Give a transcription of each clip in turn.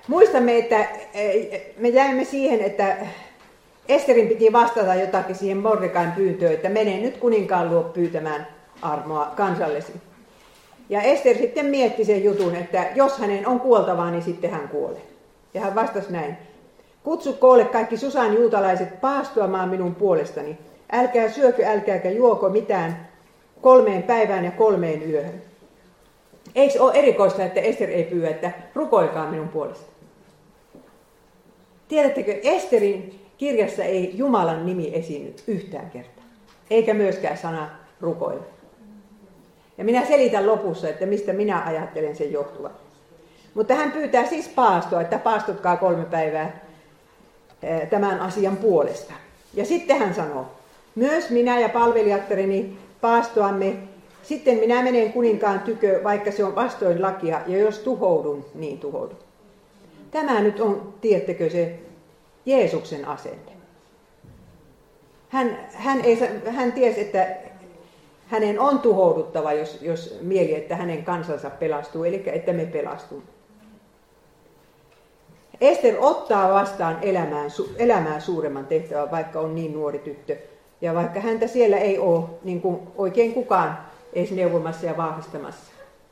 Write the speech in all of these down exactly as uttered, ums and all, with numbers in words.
muistamme, että me jäimme siihen, että Esterin piti vastata jotakin siihen Mordekain pyyntöön, että mene nyt kuninkaan luo pyytämään armoa kansallesi. Ja Ester sitten mietti sen jutun, että jos hänen on kuoltavaa, niin sitten hän kuolee. Ja hän vastasi näin. Kutsu koolle kaikki Susan juutalaiset paastoamaan minun puolestani. Älkää syökö, älkääkä juoko mitään kolmeen päivään ja kolmeen yöhön. Eikö ole erikoista, että Ester ei pyydä, että rukoilkaa minun puolesta? Tiedättekö, Esterin kirjassa ei Jumalan nimi esiinny yhtään kertaa. Eikä myöskään sana rukoilla. Ja minä selitän lopussa, että mistä minä ajattelen sen johtuvan. Mutta hän pyytää siis paastoa, että paastotkaa kolme päivää tämän asian puolesta. Ja sitten hän sanoo, myös minä ja palvelijattareni paastoamme, sitten minä menen kuninkaan tykö, vaikka se on vastoin lakia, ja jos tuhoudun, niin tuhoudun. Tämä nyt on, tiedättekö, se Jeesuksen asenne. Hän, hän, ei, hän tiesi, että hänen on tuhouduttava, jos, jos mieli, että hänen kansansa pelastuu, eli että me pelastumme. Ester ottaa vastaan elämään, elämään suuremman tehtävän, vaikka on niin nuori tyttö. Ja vaikka häntä siellä ei ole niin kuin oikein kukaan edes neuvomassa ja vahvistamassa.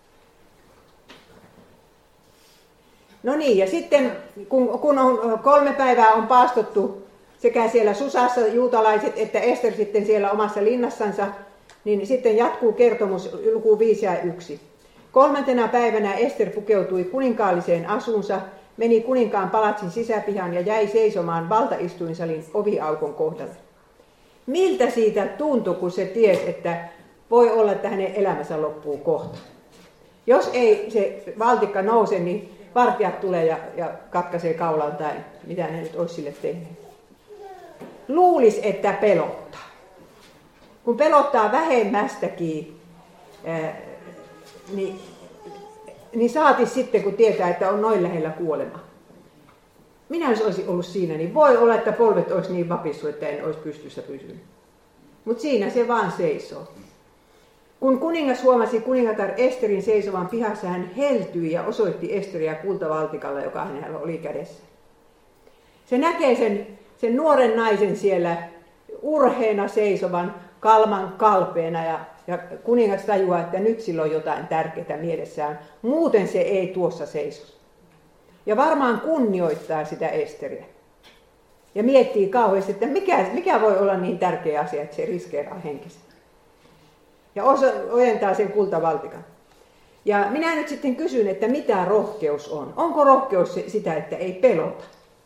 No niin, ja sitten kun, kun on kolme päivää on paastottu sekä siellä Susassa juutalaiset että Ester sitten siellä omassa linnassansa, niin sitten jatkuu kertomus luku viisi ja yksi. Kolmantena päivänä Ester pukeutui kuninkaalliseen asuunsa, meni kuninkaan palatsin sisäpihaan ja jäi seisomaan valtaistuinsalin oviaukon kohdalle. Miltä siitä tuntui, kun se tiesi, että voi olla, että hänen elämänsä loppuu kohta? Jos ei se valtikka nouse, niin vartijat tulee ja, ja katkaisee kaulan tai mitä ne nyt olisi sille tehneet. Luulisi, että pelottaa. Kun pelottaa vähemmästäkin, ää, niin, niin saatis sitten, kun tietää, että on noin lähellä kuolema. Minä jos olisin ollut siinä, niin voi olla, että polvet olisi niin vapissu, että en olisi pystyssä pysynyt. Mutta siinä se vaan seisoo. Kun kuningas huomasi kuningatar Esterin seisovan pihassa, hän heltyi ja osoitti Esteriä kultavaltikalla, joka hänellä oli kädessä. Se näkee sen, sen nuoren naisen siellä urheena seisovan, kalman kalpeena ja, ja kuningas tajuaa, että nyt sillä on jotain tärkeää mielessään. Muuten se ei tuossa seiso. Ja varmaan kunnioittaa sitä Esteriä. Ja miettii kauheasti, että mikä, mikä voi olla niin tärkeä asia, että se riskeeraa henkensä. Ja ojentaa sen kultavaltikan. Ja minä nyt sitten kysyn, että mitä rohkeus on? Onko rohkeus sitä, että ei pelota?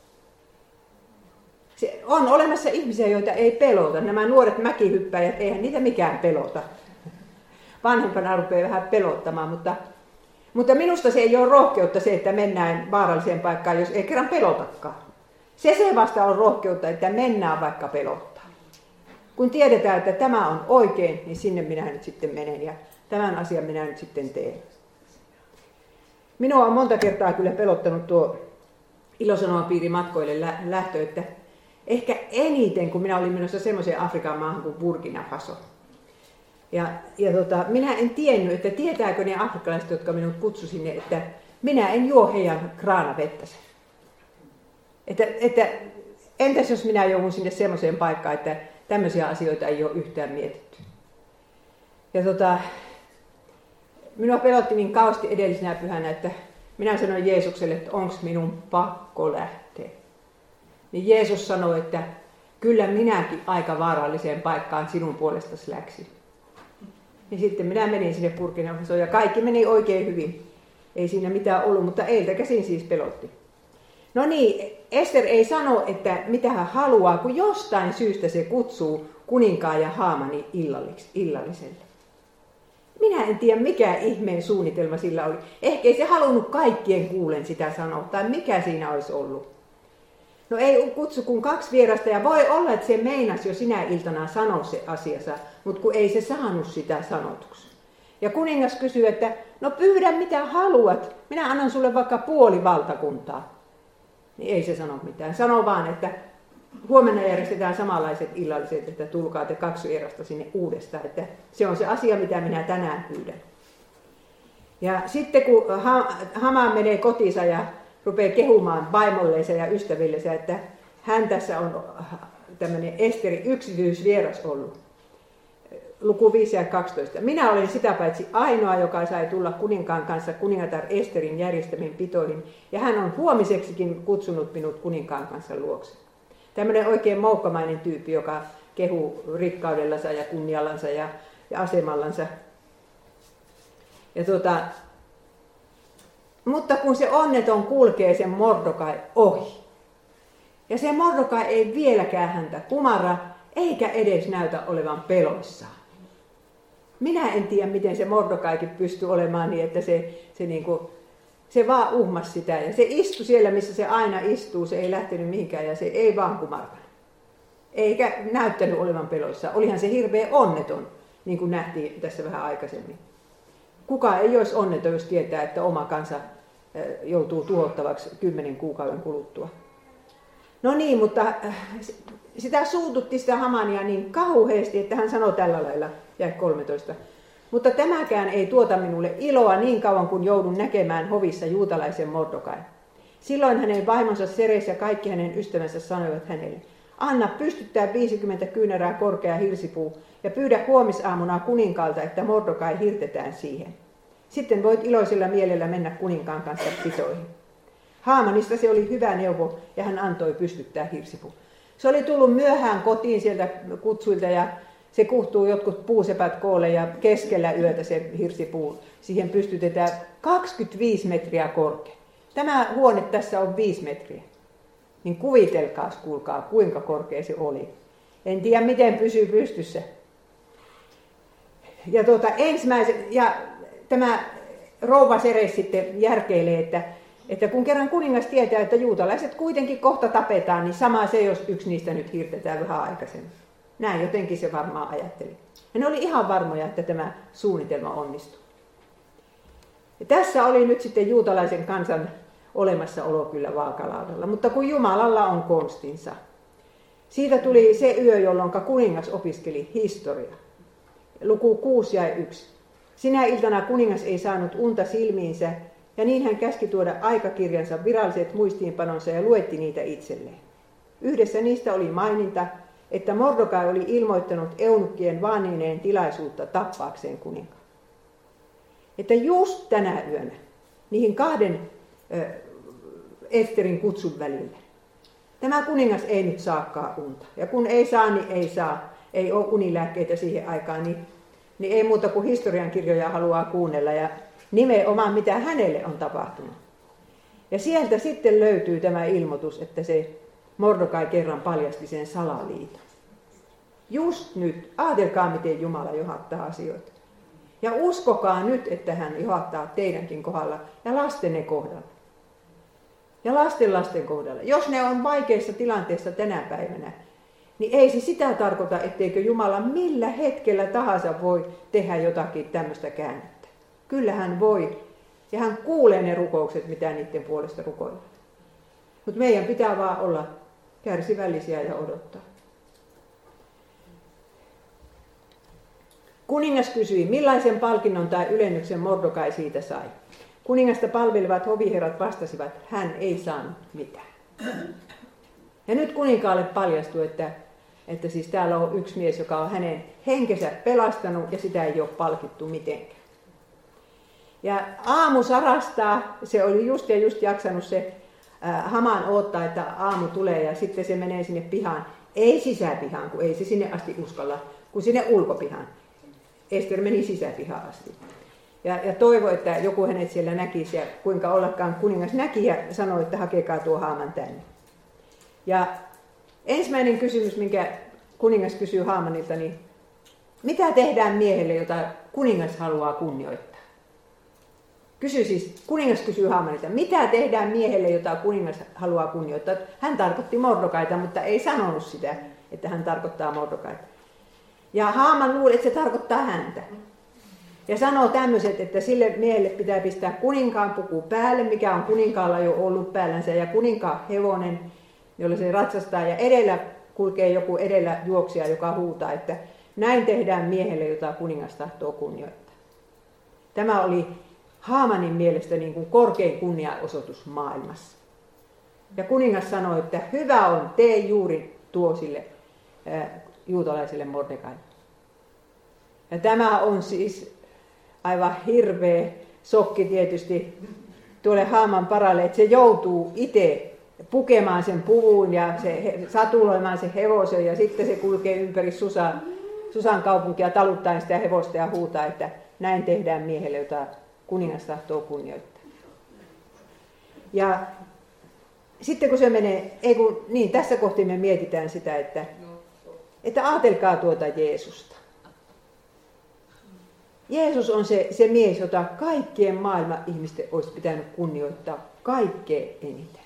Se on olemassa ihmisiä, joita ei pelota. Nämä nuoret mäkihyppäjät, eihän niitä mikään pelota. Vanhempana rupeaa vähän pelottamaan, mutta, mutta minusta se ei ole rohkeutta se, että mennään vaaralliseen paikkaan, jos ei kerran pelotakaan. Se se vasta on rohkeutta, että mennään vaikka pelottaa. Kun tiedetään, että tämä on oikein, niin sinne minä nyt sitten menen ja tämän asian minä nyt sitten teen. Minua on monta kertaa kyllä pelottanut tuo Ilosanomapiiri matkoille lähtö, että ehkä eniten, kun minä olin menossa semmoiseen Afrikan maahan kuin Burkina Faso. Ja, ja tota, minä en tiennyt, että tietääkö ne afrikkalaiset, jotka minut kutsuivat sinne, että minä en juo heidän kraanavettänsä. Että, että entäs jos minä joudun sinne semmoiseen paikkaan, että tämmöisiä asioita ei ole yhtään mietitty. Ja tota, minua pelotti niin kauheasti edellisenä pyhänä, että minä sanoin Jeesukselle, että onko minun pakko lähteä. Niin Jeesus sanoi, että kyllä minäkin aika vaaralliseen paikkaan sinun puolestasi läksin. Niin sitten minä menin sinne Burkina Fasoon ja kaikki meni oikein hyvin. Ei siinä mitään ollut, mutta eiltä käsin siis pelotti. No niin, Ester ei sano, että mitä hän haluaa, kun jostain syystä se kutsuu kuninkaan ja Haamani illalliselle. Minä en tiedä, mikä ihmeen suunnitelma sillä oli. Ehkä ei se halunnut kaikkien kuulen sitä sanoa, tai mikä siinä olisi ollut. No ei kutsu kuin kaksi vierasta, ja voi olla, että se meinasi jo sinä iltana sanoa se asiansa, mutta kun ei se saanut sitä sanotuksi. Ja kuningas kysyy, että no pyydä mitä haluat, minä annan sulle vaikka puoli valtakuntaa. Niin ei se sano mitään. Sano vaan, että huomenna järjestetään samanlaiset illalliset, että tulkaa te kaksi vierasta sinne uudestaan. Että se on se asia, mitä minä tänään pyydän. Ja sitten kun Hamaan menee kotiinsa ja rupeaa kehumaan vaimolleensa ja ystävillensä, että hän tässä on tämmöinen Esterin yksityisvieras ollut. Luku viisi ja kaksitoista. Minä olen sitä paitsi ainoa, joka sai tulla kuninkaan kanssa kuningatar Esterin järjestämiin pitoihin, ja hän on huomiseksikin kutsunut minut kuninkaan kanssa luokse. Tämmöinen oikein moukkamainen tyyppi, joka kehuu rikkaudellansa ja kunniallansa ja, ja asemallansa. Ja tuota, mutta kun se onneton kulkee sen Mordokai ohi, ja se Mordokai ei vieläkään häntä kumarra, eikä edes näytä olevan peloissaan. Minä en tiedä, miten se Mordokaikin pystyy olemaan niin, että se, se, niinku, se vaan uhmasi sitä. Ja se istui siellä, missä se aina istuu, se ei lähtenyt mihinkään ja se ei vaan kumarkanut. Eikä näyttänyt olevan peloissaan. Olihan se hirveän onneton, niin kuin nähtiin tässä vähän aikaisemmin. Kuka ei olisi onneton, jos tietää, että oma kansa joutuu tuhottavaksi kymmenen kuukauden kuluttua. No niin, mutta sitä suututti sitä Hamania niin kauheasti, että hän sanoi tällä lailla, jäi kolmetoista. Mutta tämäkään ei tuota minulle iloa niin kauan, kun joudun näkemään hovissa juutalaisen Mordokai. Silloin hänen vaimonsa Seres ja kaikki hänen ystävänsä sanoivat hänelle, anna pystyttää viisikymmentä kyynärää korkea hirsipuu ja pyydä huomisaamuna kuninkaalta, että Mordokai hirtetään siihen. Sitten voit iloisella mielellä mennä kuninkaan kanssa pitoihin. Haamanista se oli hyvä neuvo ja hän antoi pystyttää hirsipuu. Se oli tullut myöhään kotiin sieltä kutsuilta ja se kuhtuu jotkut puusepät koolle ja keskellä yötä se hirsipuu. Siihen pystytetään kaksikymmentäviisi metriä korkea. Tämä huone tässä on viisi metriä. Niin kuvitelkaas, kuulkaa, kuinka korkea se oli. En tiedä, miten pysyy pystyssä. Ja, tuota, ensimmäisen, ja tämä rouva Seres sitten järkeilee, että Että kun kerran kuningas tietää, että juutalaiset kuitenkin kohta tapetaan, niin sama se, jos yksi niistä nyt hirtetään vähän aikaisemmin. Näin jotenkin se varmaan ajatteli. Ja ne oli ihan varmoja, että tämä suunnitelma onnistuu. Ja tässä oli nyt sitten juutalaisen kansan olemassaolo kyllä vaakalaudalla, mutta kun Jumalalla on konstinsa. Siitä tuli se yö, jolloin kuningas opiskeli historiaa. Luku kuusi ja yksi. Sinä iltana kuningas ei saanut unta silmiinsä, ja niin hän käski tuoda aikakirjansa viralliset muistiinpanonsa ja luetti niitä itselleen. Yhdessä niistä oli maininta, että Mordokai oli ilmoittanut eunukkien vaanineen tilaisuutta tappaakseen kuninkaan. Että just tänä yönä, niihin kahden ö, Esterin kutsun välillä, tämä kuningas ei nyt saakaan unta. Ja kun ei saa, niin ei saa. Ei ole unilääkkeitä siihen aikaan, niin, niin ei muuta kuin historiankirjoja haluaa kuunnella ja nimenomaan mitä hänelle on tapahtunut. Ja sieltä sitten löytyy tämä ilmoitus, että se Mordokai kerran paljasti sen salaliiton. Just nyt, ajatelkaa miten Jumala johdattaa asioita. Ja uskokaa nyt, että hän johdattaa teidänkin kohdalla ja lastenne kohdalla. Ja lasten lasten kohdalla. Jos ne on vaikeassa tilanteessa tänä päivänä, niin ei se sitä tarkoita, etteikö Jumala millä hetkellä tahansa voi tehdä jotakin tämmöistä käännettä. Kyllä hän voi, ja hän kuulee ne rukoukset, mitä niiden puolesta rukoillaan. Mutta meidän pitää vaan olla kärsivällisiä ja odottaa. Kuningas kysyi, millaisen palkinnon tai ylennyksen Mordokai siitä sai. Kuningasta palvelevat hoviherrat vastasivat, hän ei saanut mitään. Ja nyt kuninkaalle paljastui, että, että siis täällä on yksi mies, joka on hänen henkensä pelastanut ja sitä ei ole palkittu mitenkään. Ja aamu sarastaa, se oli just ja just jaksanut se äh, Haman odottaa, että aamu tulee ja sitten se menee sinne pihaan. Ei sisäpihaan, kun ei se sinne asti uskalla, kun sinne ulkopihaan. Ester meni sisäpihaan asti. Ja, ja toivoi, että joku hänet siellä näkisi ja kuinka ollakaan kuningas näki ja sanoi, että hakekaa tuo Haaman tänne. Ja ensimmäinen kysymys, minkä kuningas kysyy Haamanilta, niin mitä tehdään miehelle, jota kuningas haluaa kunnioittaa? Kysy siis, kuningas kysyy Haamanilta, mitä tehdään miehelle, jota kuningas haluaa kunnioittaa? Hän tarkoitti Mordokaita, mutta ei sanonut sitä, että hän tarkoittaa Mordokaita. Ja Haaman luuli, että se tarkoittaa häntä. Ja sanoo tämmöiset, että sille miehelle pitää pistää kuninkaan puku päälle, mikä on kuninkaalla jo ollut päällänsä, ja kuninkaan hevonen, jolla se ratsastaa, ja edellä kulkee joku edellä juoksija, joka huutaa, että näin tehdään miehelle, jota kuningas tahtoo kunnioittaa. Tämä oli Haamanin mielestä niin kuin korkein kunniaosoitus maailmassa. Ja kuningas sanoi, että hyvä on, tee juuri tuo sille äh, juutalaiselle Mordekaille. Ja tämä on siis aivan hirveä sokki tietysti tuolle Haaman paralle, että se joutuu itse pukemaan sen puvun ja se, satuloimaan sen hevosen ja sitten se kulkee ympäri Susan, Susan kaupunkia taluttaen sitä hevosta ja huutaa, että näin tehdään miehelle, jota kuningas tahtoo kunnioittaa. Ja sitten kun se menee, ei kun, niin tässä kohti me mietitään sitä, että, että ajatelkaa tuota Jeesusta. Jeesus on se, se mies, jota kaikkien maailman ihmisten olisi pitänyt kunnioittaa kaikkein eniten.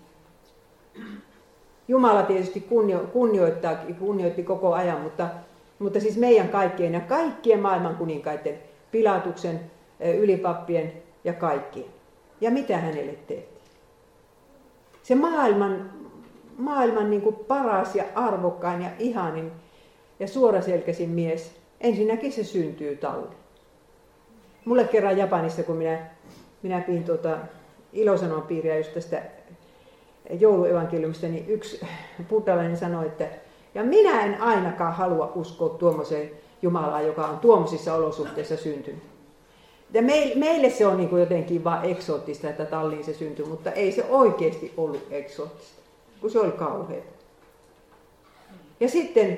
Jumala tietysti kunnio, kunnioittaa, kunnioitti koko ajan, mutta, mutta siis meidän kaikkien ja kaikkien maailman kuninkaiden, Pilatuksen, ylipappien ja kaikkien. Ja mitä hänelle tehtiin? Se maailman, maailman niin kuin paras ja arvokkain ja ihanin ja suoraselkäisin mies, ensinnäkin se syntyy taudin. Mulle kerran Japanissa, kun minä, minä pidin tuota ilosanon piiriä just tästä jouluevankeliumista, niin yksi buddhalainen sanoi, että ja minä en ainakaan halua uskoa tuommoiseen Jumalaan, joka on tuommoisissa olosuhteissa syntynyt. Ja meille se on niin kuin jotenkin vaan eksoottista, että talliin se syntyi, mutta ei se oikeasti ollut eksoottista, kun se oli kauheaa. Ja sitten,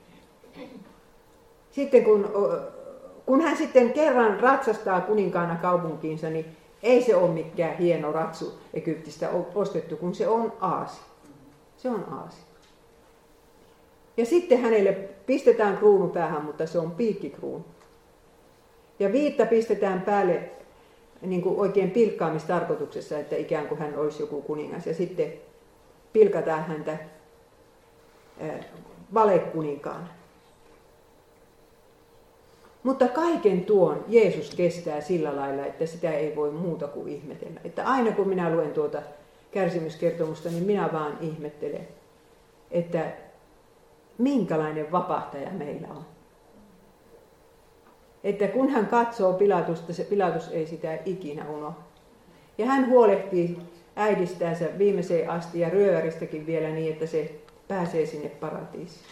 sitten kun, kun hän sitten kerran ratsastaa kuninkaana kaupunkiinsa, niin ei se ole mikään hieno ratsu Egyptistä ostettu, kun se on aasi. Se on aasi. Ja sitten hänelle pistetään kruunu päähän, mutta se on piikkikruunu. Ja viitta pistetään päälle niin kuin oikein pilkkaamistarkoituksessa, että ikään kuin hän olisi joku kuningas. Ja sitten pilkataan häntä äh, valekuninkaana. Mutta kaiken tuon Jeesus kestää sillä lailla, että sitä ei voi muuta kuin ihmetellä. Että aina kun minä luen tuota kärsimyskertomusta, niin minä vaan ihmettelen, että minkälainen vapahtaja meillä on. Että kun hän katsoo Pilatusta, se Pilatus ei sitä ikinä unohda. Ja hän huolehtii äidistäänsä viimeiseen asti ja ryöväristäkin vielä niin, että se pääsee sinne paratiisiin.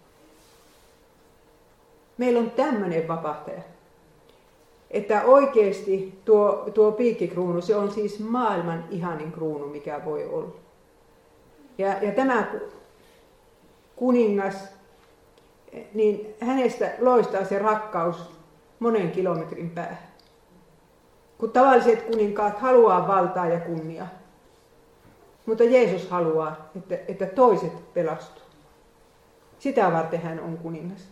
Meillä on tämmöinen vapahtaja, että oikeasti tuo, tuo piikkikruunu, se on siis maailman ihanin kruunu, mikä voi olla. Ja, ja tämä kuningas, niin hänestä loistaa se rakkaus monen kilometrin päähän. Kun tavalliset kuninkaat haluaa valtaa ja kunniaa, mutta Jeesus haluaa, että, että toiset pelastuu. Sitä varten hän on kuningas.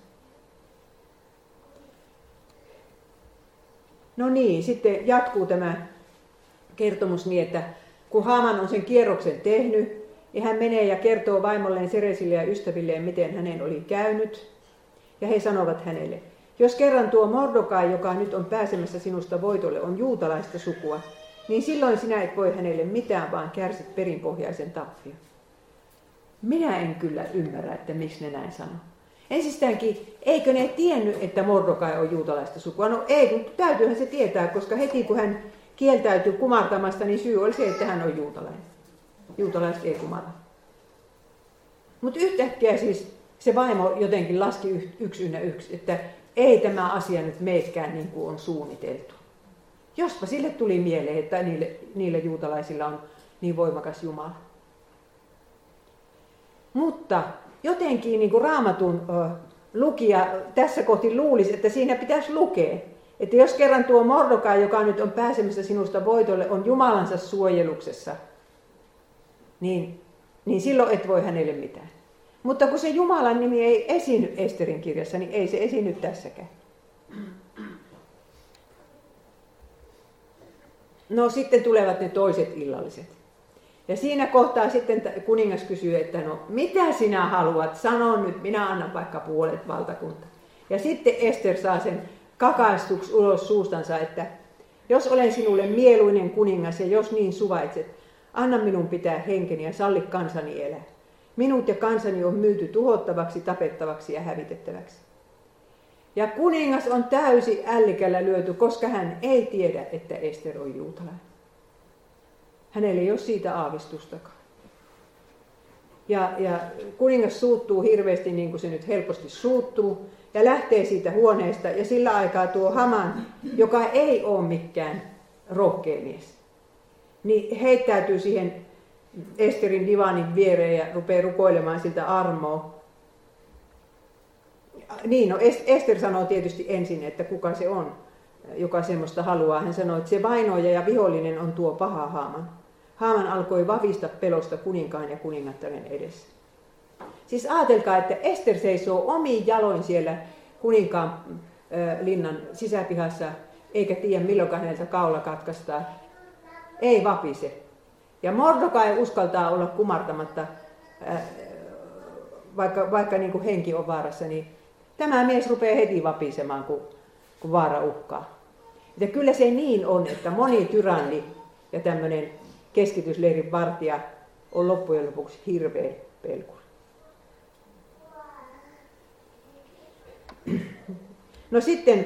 No niin, sitten jatkuu tämä kertomus niin, että kun Haaman on sen kierroksen tehnyt, niin hän menee ja kertoo vaimolleen Seresille ja ystävilleen, miten hänen oli käynyt. Ja he sanovat hänelle, jos kerran tuo Mordokai, joka nyt on pääsemässä sinusta voitolle, on juutalaista sukua, niin silloin sinä et voi hänelle mitään, vaan kärsit perinpohjaisen tappion. Minä en kyllä ymmärrä, että miksi ne näin sanoo. Ensistäänkin, eikö ne tiennyt, että Mordokai on juutalaista sukua? No ei, mutta täytyyhän se tietää, koska heti kun hän kieltäytyi kumartamasta, niin syy oli se, että hän on juutalainen. Juutalaiset ei kumarra. Mutta yhtäkkiä siis se vaimo jotenkin laski yksi ynnä yksi, että ei tämä asia nyt meekään niin kuin on suunniteltu. Jospa sille tuli mieleen, että niille, niille juutalaisilla on niin voimakas Jumala. Mutta jotenkin niin kuin Raamatun ö, lukija tässä kohti luulisi, että siinä pitäisi lukea, että jos kerran tuo Mordokai, joka nyt on pääsemässä sinusta voitolle, on Jumalansa suojeluksessa, niin, niin silloin et voi hänelle mitään. Mutta kun se Jumalan nimi ei esiinny Esterin kirjassa, niin ei se esiinny tässäkään. No sitten tulevat ne toiset illalliset. Ja siinä kohtaa sitten kuningas kysyy, että no mitä sinä haluat, sano nyt, minä annan vaikka puolet valtakunta. Ja sitten Ester saa sen kakaistuksi ulos suustansa, että jos olen sinulle mieluinen kuningas ja jos niin suvaitset, anna minun pitää henkeni ja salli kansani elää. Minut ja kansani on myyty tuhottavaksi, tapettavaksi ja hävitettäväksi. Ja kuningas on täysi ällikällä lyöty, koska hän ei tiedä, että Ester on juutalainen. Hänellä ei ole siitä aavistustakaan. Ja, ja kuningas suuttuu hirveästi, niin kuin se nyt helposti suuttuu, ja lähtee siitä huoneesta, ja sillä aikaa tuo Haman, joka ei ole mikään rohkea mies, niin heittäytyy siihen Esterin divanin viereen ja rupeaa rukoilemaan siltä armoa. Niin, no Ester sanoo tietysti ensin, että kuka se on, joka semmoista haluaa. Hän sanoi, että se vainoaja ja vihollinen on tuo paha Haaman. Haaman alkoi vavista pelosta kuninkaan ja kuningattaren edessä. Siis ajatelkaa, että Ester seisoo omiin jaloin siellä kuninkaan äh, linnan sisäpihassa, eikä tiedä milloin häneltä kaula katkaistaan. Ei vapise. Ja Mordokai uskaltaa olla kumartamatta, äh, vaikka, vaikka niin kuin henki on vaarassa, niin tämä mies rupeaa heti vapisemaan, kun, kun vaara uhkaa. Ja kyllä se niin on, että moni tyranni ja tämmöinen keskitysleirin vartija on loppujen lopuksi hirveä pelkuri. No sitten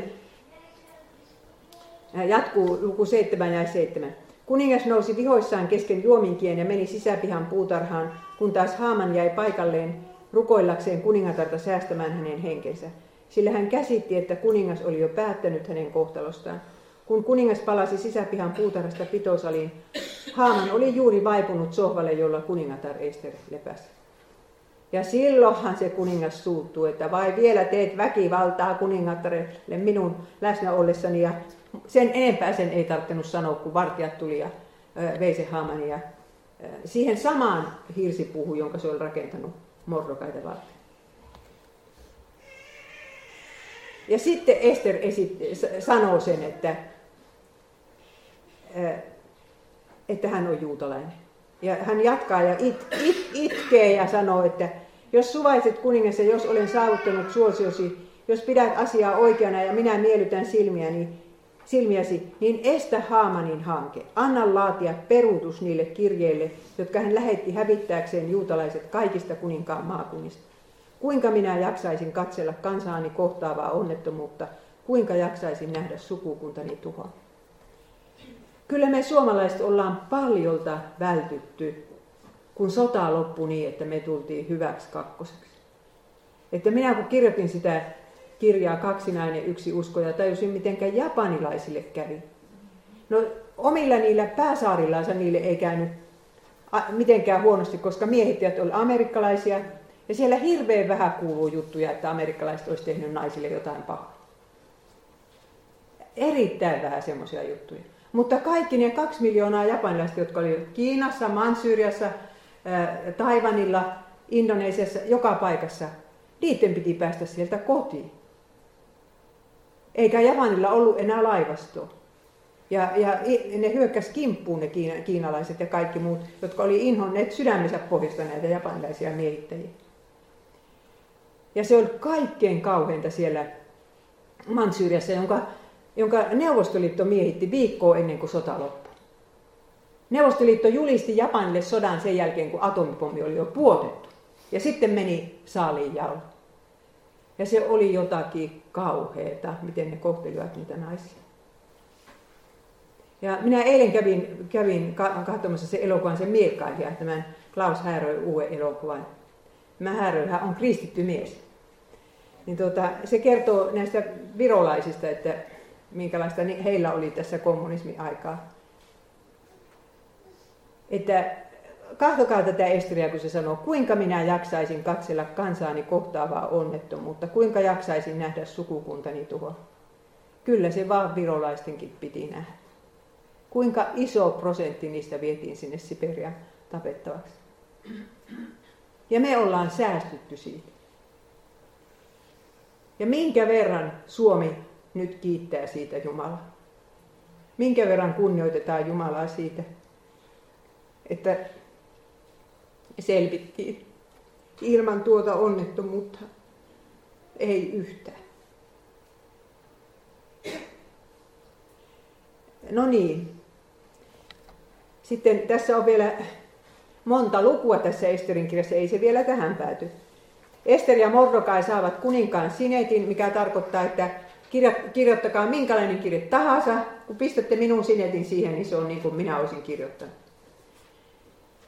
jatkuu luku seitsemän ja seitsemän. Kuningas nousi vihoissaan kesken juominkien ja meni sisäpihan puutarhaan, kun taas Haaman jäi paikalleen rukoillakseen kuningatarta säästämään hänen henkensä. Sillä hän käsitti, että kuningas oli jo päättänyt hänen kohtalostaan. Kun kuningas palasi sisäpihan puutarhasta pitosaliin, Haaman oli juuri vaipunut sohvalle, jolla kuningatar Ester lepäsi. Ja silloinhan se kuningas suuttuu, että vai vielä teet väkivaltaa kuningattarelle minun läsnä ollessani. Ja sen enempää sen ei tarvinnut sanoa, kun vartijat tuli ja vei se Haamanin ja siihen samaan hirsipuuhun, jonka se oli rakentanut Mordokaita varten. Ja sitten Ester esitti, sanoo sen, että, että hän on juutalainen. Ja hän jatkaa ja it, it, itkee ja sanoo, että jos suvaiset kuningas ja jos olen saavuttanut suosiosi, jos pidät asiaa oikeana ja minä miellytän silmiäni, silmiäsi, niin estä Haamanin hanke. Anna laatia peruutus niille kirjeille, jotka hän lähetti hävittääkseen juutalaiset kaikista kuninkaan maakunnista. Kuinka minä jaksaisin katsella kansaani kohtaavaa onnettomuutta, kuinka jaksaisin nähdä sukukuntani tuhoa. Kyllä me suomalaiset ollaan paljolta vältytty, kun sota loppui niin, että me tultiin hyväksi kakkoseksi. Että minä kun kirjoitin sitä kirjaa Kaksinainen, yksi usko ja tajusin, miten japanilaisille kävi. No omilla niillä pääsaarillaansa niille ei käynyt mitenkään huonosti, koska miehittäjät olivat amerikkalaisia. Ja siellä hirveän vähän kuuluu juttuja, että amerikkalaiset olisi tehnyt naisille jotain pahaa. Erittäin vähän semmoisia juttuja. Mutta kaikki ne kaksi miljoonaa japanilaista, jotka olivat Kiinassa, Mansyyriassa, Taiwanilla, Indonesiassa, joka paikassa, niiden piti päästä sieltä kotiin. Eikä Japanilla ollut enää laivastoa. Ja, ja ne hyökkäsi kimppuun ne kiina, kiinalaiset ja kaikki muut, jotka oli inhonneet sydämensä pohjasta näitä japanilaisia miehittäjiä. Ja se oli kaikkein kauheinta siellä Mansyyriassa, jonka, jonka Neuvostoliitto miehitti viikkoa ennen kuin sota loppui. Neuvostoliitto julisti Japanille sodan sen jälkeen, kun atomipommi oli jo puotettu. Ja sitten meni saaliin jalo. Ja se oli jotakin kauheata, miten ne kohtelivat niitä naisia. Ja minä eilen kävin, kävin katsomassa se elokuvan, sen miekkailija, tämän Klaus Häröön uuden elokuvan. Tämä Häröhän on kristitty mies. Niin tuota, se kertoo näistä virolaisista, että minkälaista heillä oli tässä kommunismin aikaa. Että katsokaa tätä Esteriä, kun se sanoo, kuinka minä jaksaisin katsella kansaani kohtaavaa onnettomuutta, kuinka jaksaisin nähdä sukukuntani tuhoa. Kyllä se vaan virolaistenkin piti nähdä. Kuinka iso prosentti niistä vietiin sinne Siperiaan tapettavaksi. Ja me ollaan säästytty siitä. Ja minkä verran Suomi nyt kiittää siitä Jumalaa? Minkä verran kunnioitetaan Jumalaa siitä, että selvittiin ilman tuota onnettomuutta? Ei yhtään. No niin. Sitten tässä on vielä monta lukua tässä Esterin kirjassa, ei se vielä tähän pääty. Ester ja Mordokai saavat kuninkaan sinetin, mikä tarkoittaa, että kirjoittakaa minkälainen kirje tahansa. Kun pistätte minun sinetin siihen, niin se on niin kuin minä olisin kirjoittanut.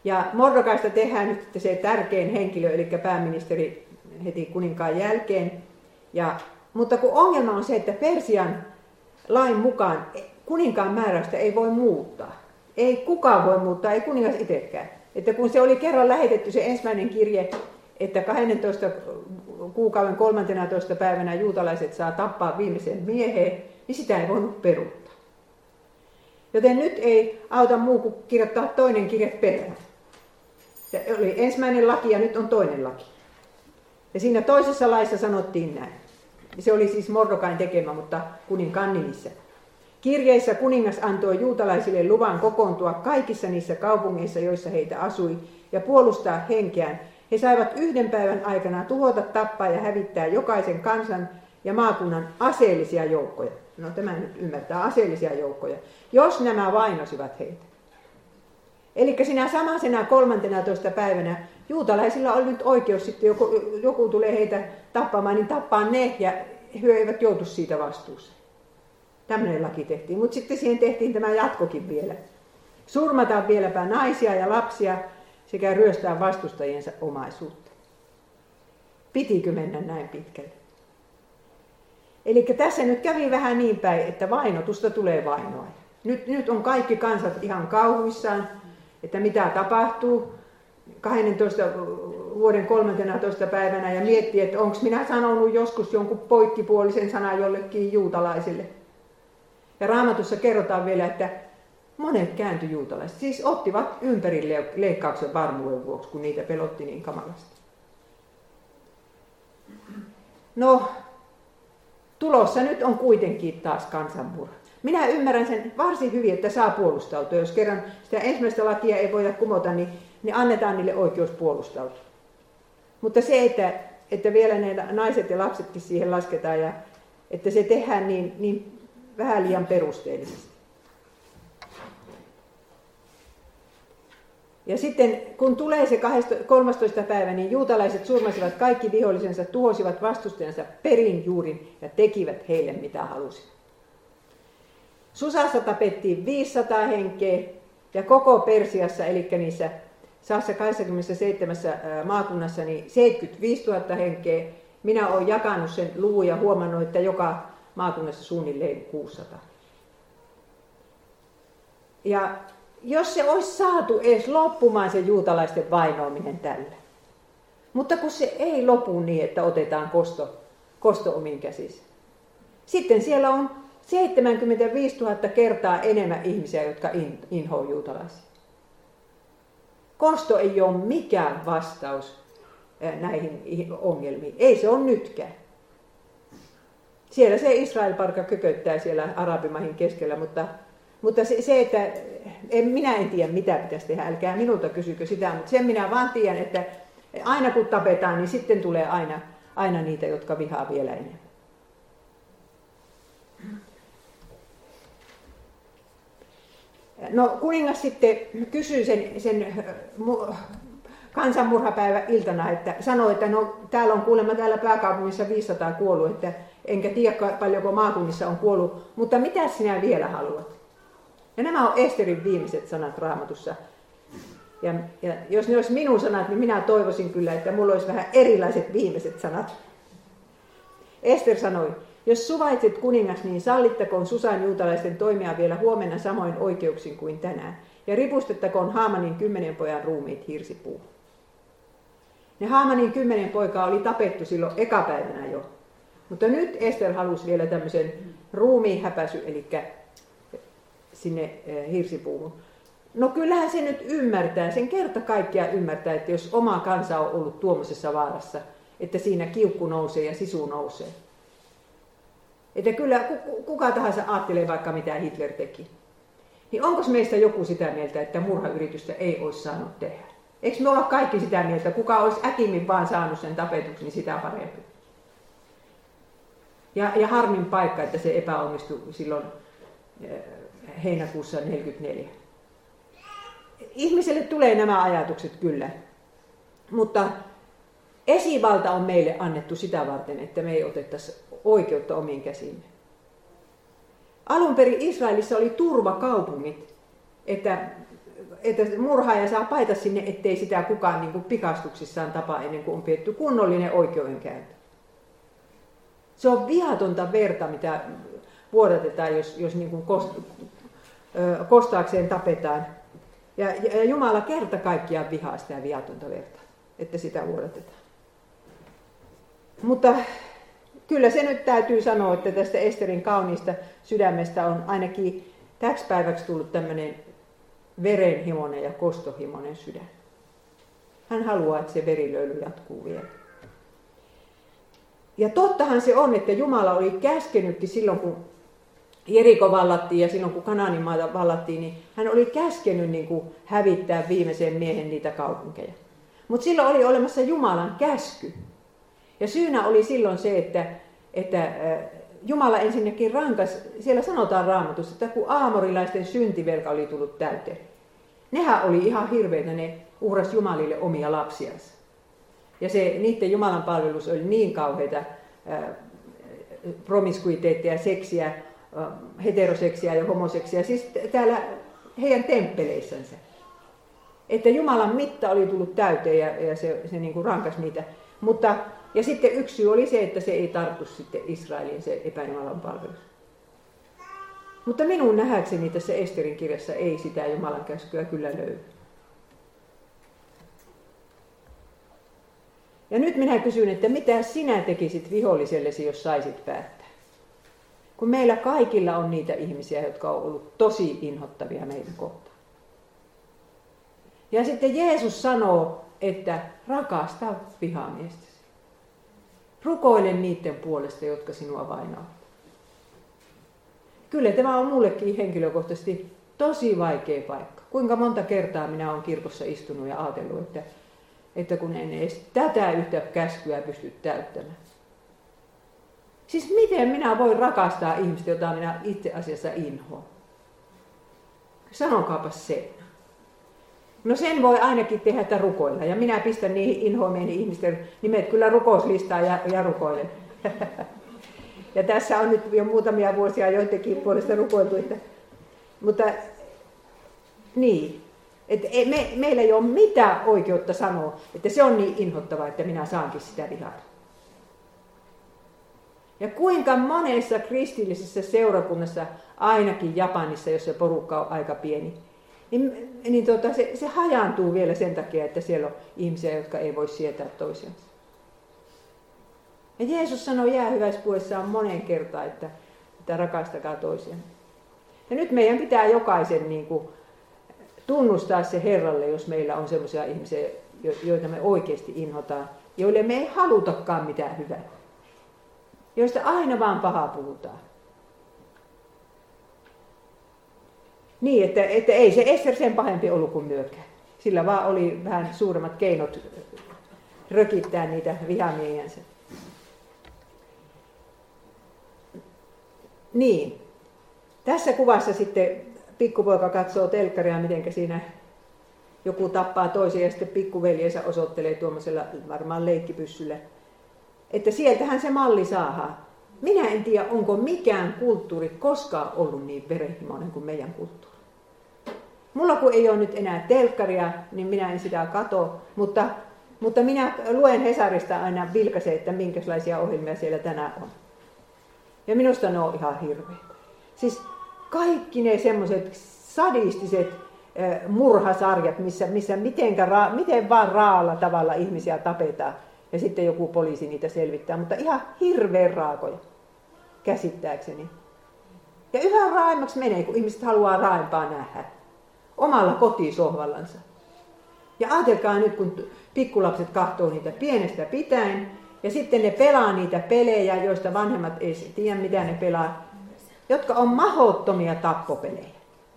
Ja Mordokaista tehdään nyt se tärkein henkilö, eli pääministeri heti kuninkaan jälkeen. Ja, mutta kun ongelma on se, että Persian lain mukaan kuninkaan määräystä ei voi muuttaa. Ei kukaan voi muuttaa, ei kuningas itsekään. Että kun se oli kerran lähetetty se ensimmäinen kirje, että kahdentoista kuukauden kolmanteenatoista päivänä juutalaiset saa tappaa viimeisen mieheen, niin sitä ei voinut peruuttaa. Joten nyt ei auta muu kuin kirjoittaa toinen kirje perään. Se oli ensimmäinen laki ja nyt on toinen laki. Ja siinä toisessa laissa sanottiin näin. Se oli siis Mordokain tekemä, mutta kuninkaan nimissä. Kirjeissä kuningas antoi juutalaisille luvan kokoontua kaikissa niissä kaupungeissa, joissa heitä asui, ja puolustaa henkeään. He saivat yhden päivän aikana tuhota, tappaa ja hävittää jokaisen kansan ja maakunnan aseellisia joukkoja. No tämä nyt ymmärtää, aseellisia joukkoja, jos nämä vainosivat heitä. Eli sinä samaisena kolmantenatoista päivänä juutalaisilla oli nyt oikeus, sitten joku, joku tulee heitä tappamaan, niin tappaa ne ja he eivät joutu siitä vastuuseen. Tämmöinen laki tehtiin, mutta sitten siihen tehtiin tämä jatkokin vielä. Surmataan vieläpä naisia ja lapsia sekä ryöstää vastustajiensa omaisuutta. Pitikö mennä näin pitkälle? Eli tässä nyt kävi vähän niin päin, että vainotusta tulee vainoa. Nyt, nyt on kaikki kansat ihan kauhuissaan, että mitä tapahtuu kahdentoista vuoden kolmantenatoista päivänä ja miettii, että onko minä sanonut joskus jonkun poikkipuolisen sanan jollekin juutalaisille. Ja Raamatussa kerrotaan vielä, että monet kääntyi juutalaiset, siis ottivat ympäri leikkauksen varmuuden vuoksi, kun niitä pelotti niin kamalasti. No, tulossa nyt on kuitenkin taas kansanmurha. Minä ymmärrän sen varsin hyvin, että saa puolustautua. Jos kerran sitä ensimmäistä lakia ei voida kumota, niin, niin annetaan niille oikeus puolustautua. Mutta se, että, että vielä ne naiset ja lapsetkin siihen lasketaan ja että se tehdään niin, niin vähän liian perusteellisesti. Ja sitten kun tulee se kolmastoista päivä, niin juutalaiset surmasivat kaikki vihollisensa, tuhosivat vastustajansa perin juurin ja tekivät heille mitä halusivat. Susassa tapettiin viisisataa henkeä ja koko Persiassa, eli niissä saassa kaksikymmentäseitsemän maakunnassa, niin seitsemänkymmentäviisituhatta henkeä. Minä olen jakanut sen luvun ja huomannut, että joka maakunnassa suunnilleen kuusisataa. Ja jos se olisi saatu edes loppumaan se juutalaisten vainoaminen tällä. Mutta kun se ei lopu niin, että otetaan kosto, kosto omiin käsissä. Sitten siellä on seitsemänkymmentäviisituhatta kertaa enemmän ihmisiä, jotka inhoavat juutalaisia. Kosto ei ole mikään vastaus näihin ongelmiin. Ei se ole nytkään. Siellä se Israel-parka kököttää siellä arabimahin keskellä, mutta, mutta se, se, että en, minä en tiedä mitä pitäisi tehdä, älkää minulta kysykö sitä, mutta sen minä vaan tiedän, että aina kun tapetaan, niin sitten tulee aina, aina niitä, jotka vihaa vielä enemmän. No kuningas sitten kysyy sen, sen kansanmurhapäivä iltana, että sanoi, että no täällä on kuulemma täällä pääkaupungissa viisisataa kuollut, että enkä tiedä paljonko maakunnissa on kuollut, mutta mitä sinä vielä haluat? Ja nämä on Esterin viimeiset sanat Raamatussa. Ja, ja jos ne olisi minun sanat, niin minä toivoisin kyllä, että mulla olisi vähän erilaiset viimeiset sanat. Ester sanoi, jos suvaitset kuningas, niin sallittakoon Susan juutalaisten toimia vielä huomenna samoin oikeuksin kuin tänään. Ja ripustettakoon Haamanin kymmenen pojan ruumiit hirsipuuhun. Ne Haamanin kymmenen poikaa oli tapettu silloin ekapäivänä jo. Mutta nyt Ester halusi vielä tämmöisen ruumiinhäpäisy, eli sinne hirsipuuhun. No kyllähän se nyt ymmärtää, sen kerta kaikkiaan ymmärtää, että jos oma kansa on ollut tuommoisessa vaarassa, että siinä kiukku nousee ja sisu nousee. Että kyllä kuka tahansa ajattelee vaikka mitä Hitler teki. Niin onko meistä joku sitä mieltä, että murhayritystä ei olisi saanut tehdä? Eikö me olla kaikki sitä mieltä, kuka olisi äkimmin vaan saanut sen tapetuksi, niin sitä parempi. Ja, ja harmin paikka, että se epäonnistui silloin heinäkuussa neljäkymmentäneljä. Ihmiselle tulee nämä ajatukset kyllä, mutta esivalta on meille annettu sitä varten, että me ei otettaisi oikeutta omiin käsiimme. Alun perin Israelissa oli turvakaupungit, että että murhaaja saa paita sinne, ettei sitä kukaan niin kuin pikastuksissaan tapa ennen kuin on pidetty kunnollinen oikeudenkäynti. Se on viatonta verta, mitä vuodatetaan, jos, jos niin kuin kost, ö, kostaakseen tapetaan. Ja, ja Jumala kerta kaikkiaan vihaa sitä viatonta verta, että sitä vuodatetaan. Mutta kyllä se nyt täytyy sanoa, että tästä Esterin kauniista sydämestä on ainakin täksi päiväksi tullut tämmöinen verenhimoinen ja kostohimoinen sydän. Hän haluaa, että se verilöyly jatkuu vielä. Ja tottahan se on, että Jumala oli käskenytkin silloin, kun Jeriko vallattiin ja silloin, kun Kanaanin maata vallattiin, niin hän oli käskenyt niin kuin hävittää viimeisen miehen niitä kaupunkeja. Mutta silloin oli olemassa Jumalan käsky. Ja syynä oli silloin se, että, että Jumala ensinnäkin rankas, siellä sanotaan Raamatussa, että kun aamorilaisten syntivelka oli tullut täyteen, nehän oli ihan hirveitä, ne uhras Jumalille omia lapsiansa. Ja se, niiden Jumalan palvelus oli niin kauheita äh, promiskuiteettia, seksiä, äh, heteroseksiä ja homoseksia, siis täällä heidän temppeleissänsä. Että Jumalan mitta oli tullut täyteen ja, ja se, se niin kuin rankas niitä. Mutta, ja sitten yksi syy oli se, että se ei tarttu sitten Israelin se epäjumalan palvelus. Mutta minun nähdäkseni tässä Esterin kirjassa ei sitä Jumalan käskyä kyllä löydy. Ja nyt minä kysyn, että mitä sinä tekisit vihollisellesi, jos saisit päättää? Kun meillä kaikilla on niitä ihmisiä, jotka on ollut tosi inhottavia meitä kohtaan. Ja sitten Jeesus sanoo, että rakasta vihamiestäsi. Rukoile niiden puolesta, jotka sinua vainoavat. Kyllä tämä on mullekin henkilökohtaisesti tosi vaikea paikka. Kuinka monta kertaa minä olen kirkossa istunut ja ajatellut, että, että kun en edes tätä yhtä käskyä pysty täyttämään. Siis miten minä voin rakastaa ihmistä, jota minä itse asiassa inhoan? Sanokaapas se. No sen voi ainakin tehdä, että rukoilla. Ja minä pistän niihin inhoamieni ihmisten nimet kyllä rukouslistaan ja, ja rukoilen. Ja tässä on nyt jo muutamia vuosia joidenkin puolesta rukoiltu. Että, mutta niin, että me, meillä ei ole mitään oikeutta sanoa, että se on niin inhottavaa, että minä saankin sitä vihata. Ja kuinka monessa kristillisessä seurakunnassa, ainakin Japanissa, jos se porukka on aika pieni, niin, niin tota, se, se hajaantuu vielä sen takia, että siellä on ihmisiä, jotka ei voi sietää toisiansa. Ja Jeesus sanoi jäähyväispuheessaan moneen kertaan, että, että rakastakaa toisiaan. Ja nyt meidän pitää jokaisen niin kuin, tunnustaa se Herralle, jos meillä on sellaisia ihmisiä, joita me oikeasti inhotaan, joille me ei halutakaan mitään hyvää, joista aina vaan pahaa puhutaan. Niin, että, että ei se Ester sen pahempi ollut kuin myökään. Sillä vaan oli vähän suuremmat keinot rökittää niitä vihamiehiänsä. Niin. Tässä kuvassa sitten pikkupoika katsoo telkkaria, miten siinä joku tappaa toisen ja sitten pikkuveljensä osoittelee tuommoisella varmaan leikkipyssyllä. Että sieltähän se malli saadaan. Minä en tiedä, onko mikään kulttuuri koskaan ollut niin verenhimoinen kuin meidän kulttuuri. Mulla kun ei ole nyt enää telkkaria, niin minä en sitä katso, mutta, mutta minä luen Hesarista aina vilkaisen, että minkälaisia ohjelmia siellä tänään on. Ja minusta ne on ihan hirveitä. Siis kaikki ne semmoiset sadistiset äh, murhasarjat, missä, missä mitenkä, miten vaan raalla tavalla ihmisiä tapetaan. Ja sitten joku poliisi niitä selvittää, mutta ihan hirveän raakoja, käsittääkseni. Ja yhä raaimmaksi menee, kun ihmiset haluaa raaempaa nähdä. Omalla kotisohvallansa. Ja ajatelkaa nyt, kun pikkulapset katsoo niitä pienestä pitäen, ja sitten ne pelaa niitä pelejä, joista vanhemmat ei tiedä, mitä ne pelaa, jotka on mahdottomia tappopelejä.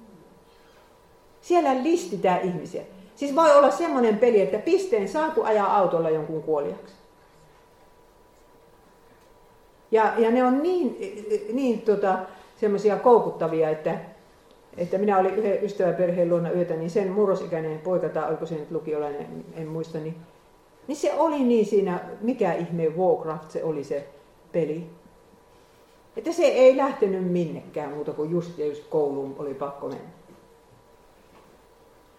Siellä listitään ihmisiä. Siis voi olla semmoinen peli, että pisteen saa, kun ajaa autolla jonkun kuoliaksi. Ja, ja ne on niin, niin tota, semmoisia koukuttavia, että, että minä olin yhden ystäväperheen luona yötä, niin sen murrosikäinen poika, tai oliko se nyt lukiolainen, en muista, niin, niin se oli niin siinä, mikä ihme Warcraft se oli se peli. Että se ei lähtenyt minnekään muuta kuin just ja just kouluun oli pakko mennä.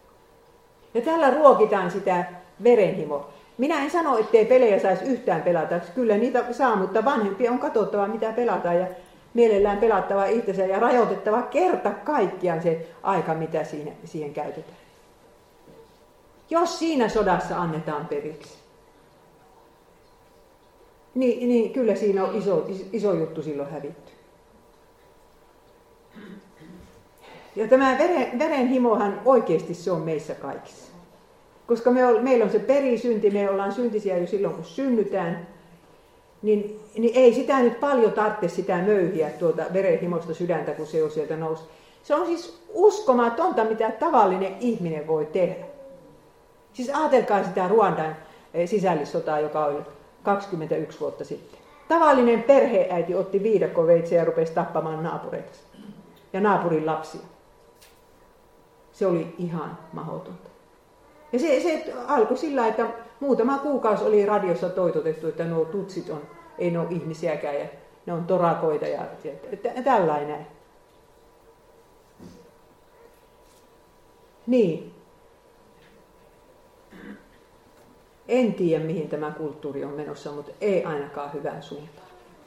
Ja tällä ruokitaan sitä verenhimoa. Minä en sano, ettei pelejä saisi yhtään pelata. Kyllä niitä saa, mutta vanhempia on katsottava, mitä pelataan. Ja mielellään pelattava itsensä ja rajoitettava kerta kaikkiaan se aika, mitä siihen, siihen käytetään. Jos siinä sodassa annetaan periksi, niin, niin kyllä siinä on iso, iso juttu silloin hävitty. Ja tämä veren, verenhimohan oikeasti se on meissä kaikissa. Koska me on, meillä on se perisynti, me ollaan syntisiä jo silloin kun synnytään, niin, niin ei sitä nyt paljon tarvitse sitä möyhiä tuota verenhimosta sydäntä, kun se on sieltä nousi. Se on siis uskomatonta, mitä tavallinen ihminen voi tehdä. Siis ajatelkaa sitä Ruandan sisällissotaa, joka oli kaksikymmentäyksi vuotta sitten. Tavallinen perheäiti otti viidakkoveitsen ja rupesi tappamaan naapureita ja naapurin lapsia. Se oli ihan mahdotonta. Ja se, se alkoi sillä, että muutama kuukausi oli radiossa toitotettu, että nuo tutsit on, ei ne ole ihmisiäkään ja ne on torakoita ja, ja tällainen. Niin. En tiedä, mihin tämä kulttuuri on menossa, mutta ei ainakaan hyvään suuntaan.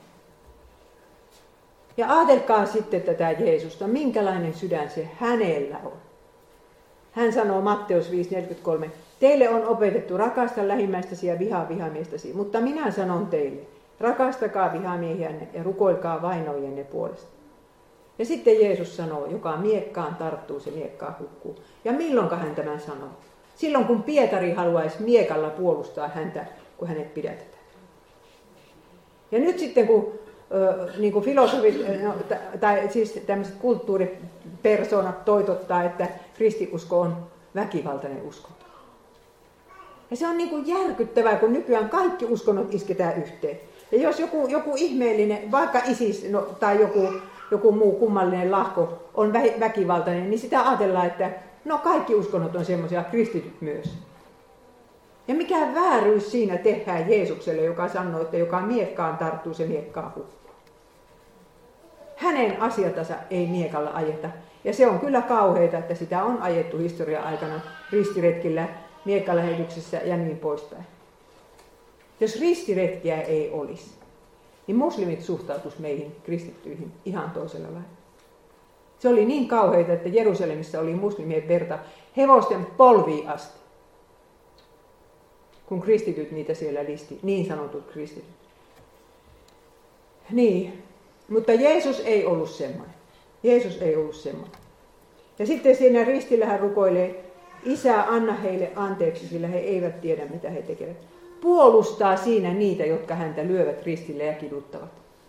Ja ajatelkaa sitten tätä Jeesusta, minkälainen sydän se hänellä on. Hän sanoo Matteus viisi neljäkymmentäkolme, teille on opetettu rakasta lähimmäistäsi ja vihaa vihamiestäsi, mutta minä sanon teille, rakastakaa vihamiehiänne ja rukoilkaa vainoijenne puolesta. Ja sitten Jeesus sanoo, joka miekkaan tarttuu, se miekkaan hukkuu. Ja milloinka hän tämän sanoo? Silloin kun Pietari haluaisi miekalla puolustaa häntä, kun hänet pidätetään. Ja nyt sitten kun niin kuin filosofit no, tai siis tämmöiset kulttuuripersoonat toitottaa, että kristiusko on väkivaltainen uskonto. Ja se on niin kuin järkyttävää, kun nykyään kaikki uskonnot isketään yhteen. Ja jos joku, joku ihmeellinen, vaikka ISIS no, tai joku, joku muu kummallinen lahko on vä- väkivaltainen, niin sitä ajatellaan, että no kaikki uskonnot on semmoisia, kristityt myös. Ja mikä vääryys siinä tehdään Jeesukselle, joka sanoo, että joka miekkaan tarttuu, se miekkaan hukkuu. Hänen asiatansa ei miekalla ajeta. Ja se on kyllä kauheita, että sitä on ajettu historian aikana ristiretkillä, miekkalähetyksessä ja niin poispäin. Jos ristiretkiä ei olisi, niin muslimit suhtautuisi meihin kristittyihin ihan toisella lailla. Se oli niin kauheita, että Jerusalemissa oli muslimien verta hevosten polviin asti, kun kristityt niitä siellä listi, niin sanotut kristityt. Niin, mutta Jeesus ei ollut semmoinen. Jeesus ei ollut semmoinen. Ja sitten siinä ristillä hän rukoilee, Isä, anna heille anteeksi, sillä he eivät tiedä, mitä he tekevät. Puolustaa siinä niitä, jotka häntä lyövät ristille ja kiduttavat.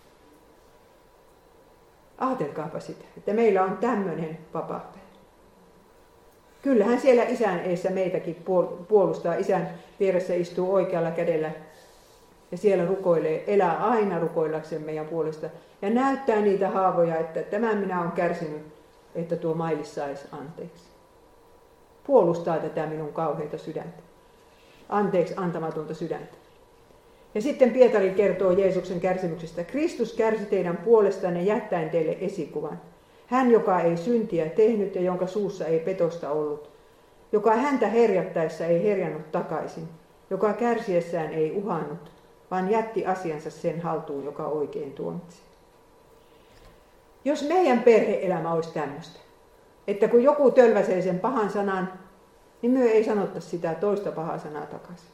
Ajatelkaapa sitä, että meillä on tämmöinen vapaa. Kyllähän siellä isän eessä meitäkin puolustaa. Isän vieressä istuu oikealla kädellä ja siellä rukoilee, elää aina rukoillakseen meidän puolesta. Ja näyttää niitä haavoja, että tämän minä olen kärsinyt, että tuo Mailis saisi anteeksi. Puolustaa tätä minun kauheita sydäntä. Anteeksi antamatonta sydäntä. Ja sitten Pietari kertoo Jeesuksen kärsimyksestä. Kristus kärsi teidän puolestanne jättäen teille esikuvan. Hän, joka ei syntiä tehnyt ja jonka suussa ei petosta ollut. Joka häntä herjattaessa ei herjannut takaisin. Joka kärsiessään ei uhannut, vaan jätti asiansa sen haltuun, joka oikein tuomitsi. Jos meidän perhe-elämä olisi tämmöistä, että kun joku tölväsee sen pahan sanan, niin me ei sanottaisi sitä toista pahaa sanaa takaisin.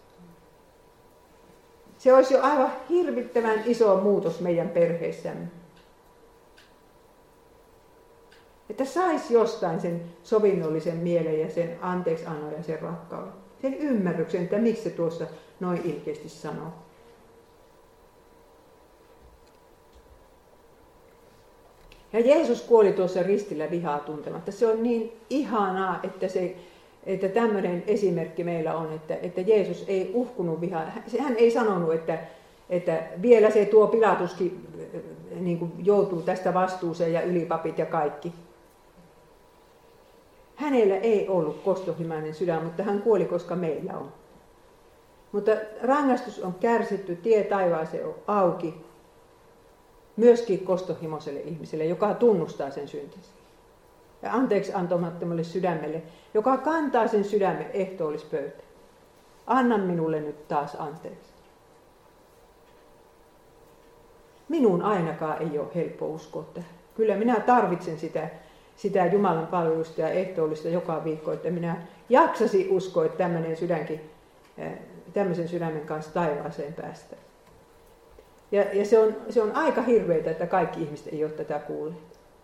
Se olisi jo aivan hirvittävän iso muutos meidän perheessämme. Että saisi jostain sen sovinnollisen mielen ja sen anteeksiannon ja sen rakkauden. Sen ymmärryksen, että miksi se tuossa noin ilkeästi sanoo. Ja Jeesus kuoli tuossa ristillä vihaa tuntematta. Se on niin ihanaa, että, se, että tämmöinen esimerkki meillä on, että, että Jeesus ei uhkunut vihaa. Hän ei sanonut, että, että vielä se tuo Pilatuskin niin kuin joutuu tästä vastuuseen ja ylipapit ja kaikki. Hänellä ei ollut kostohimoinen sydän, mutta hän kuoli, koska meillä on. Mutta rangaistus on kärsitty, tie taivaaseen on auki. Myöskin kostohimoiselle ihmiselle, joka tunnustaa sen syntinsä. ja anteeksi antamattomalle sydämelle, joka kantaa sen sydämen ehtoollispöytään. Anna minulle nyt taas anteeksi. Minun ainakaan ei ole helppo uskoa tähän. Kyllä minä tarvitsen sitä, sitä Jumalan palvelusta ja ehtoollista joka viikko, että minä jaksasi uskoa, että tämmöinen sydänkin, tämmöisen sydämen kanssa taivaaseen päästään. Ja, ja se, on, se on aika hirveitä, että kaikki ihmiset ei ole tätä kuulleet.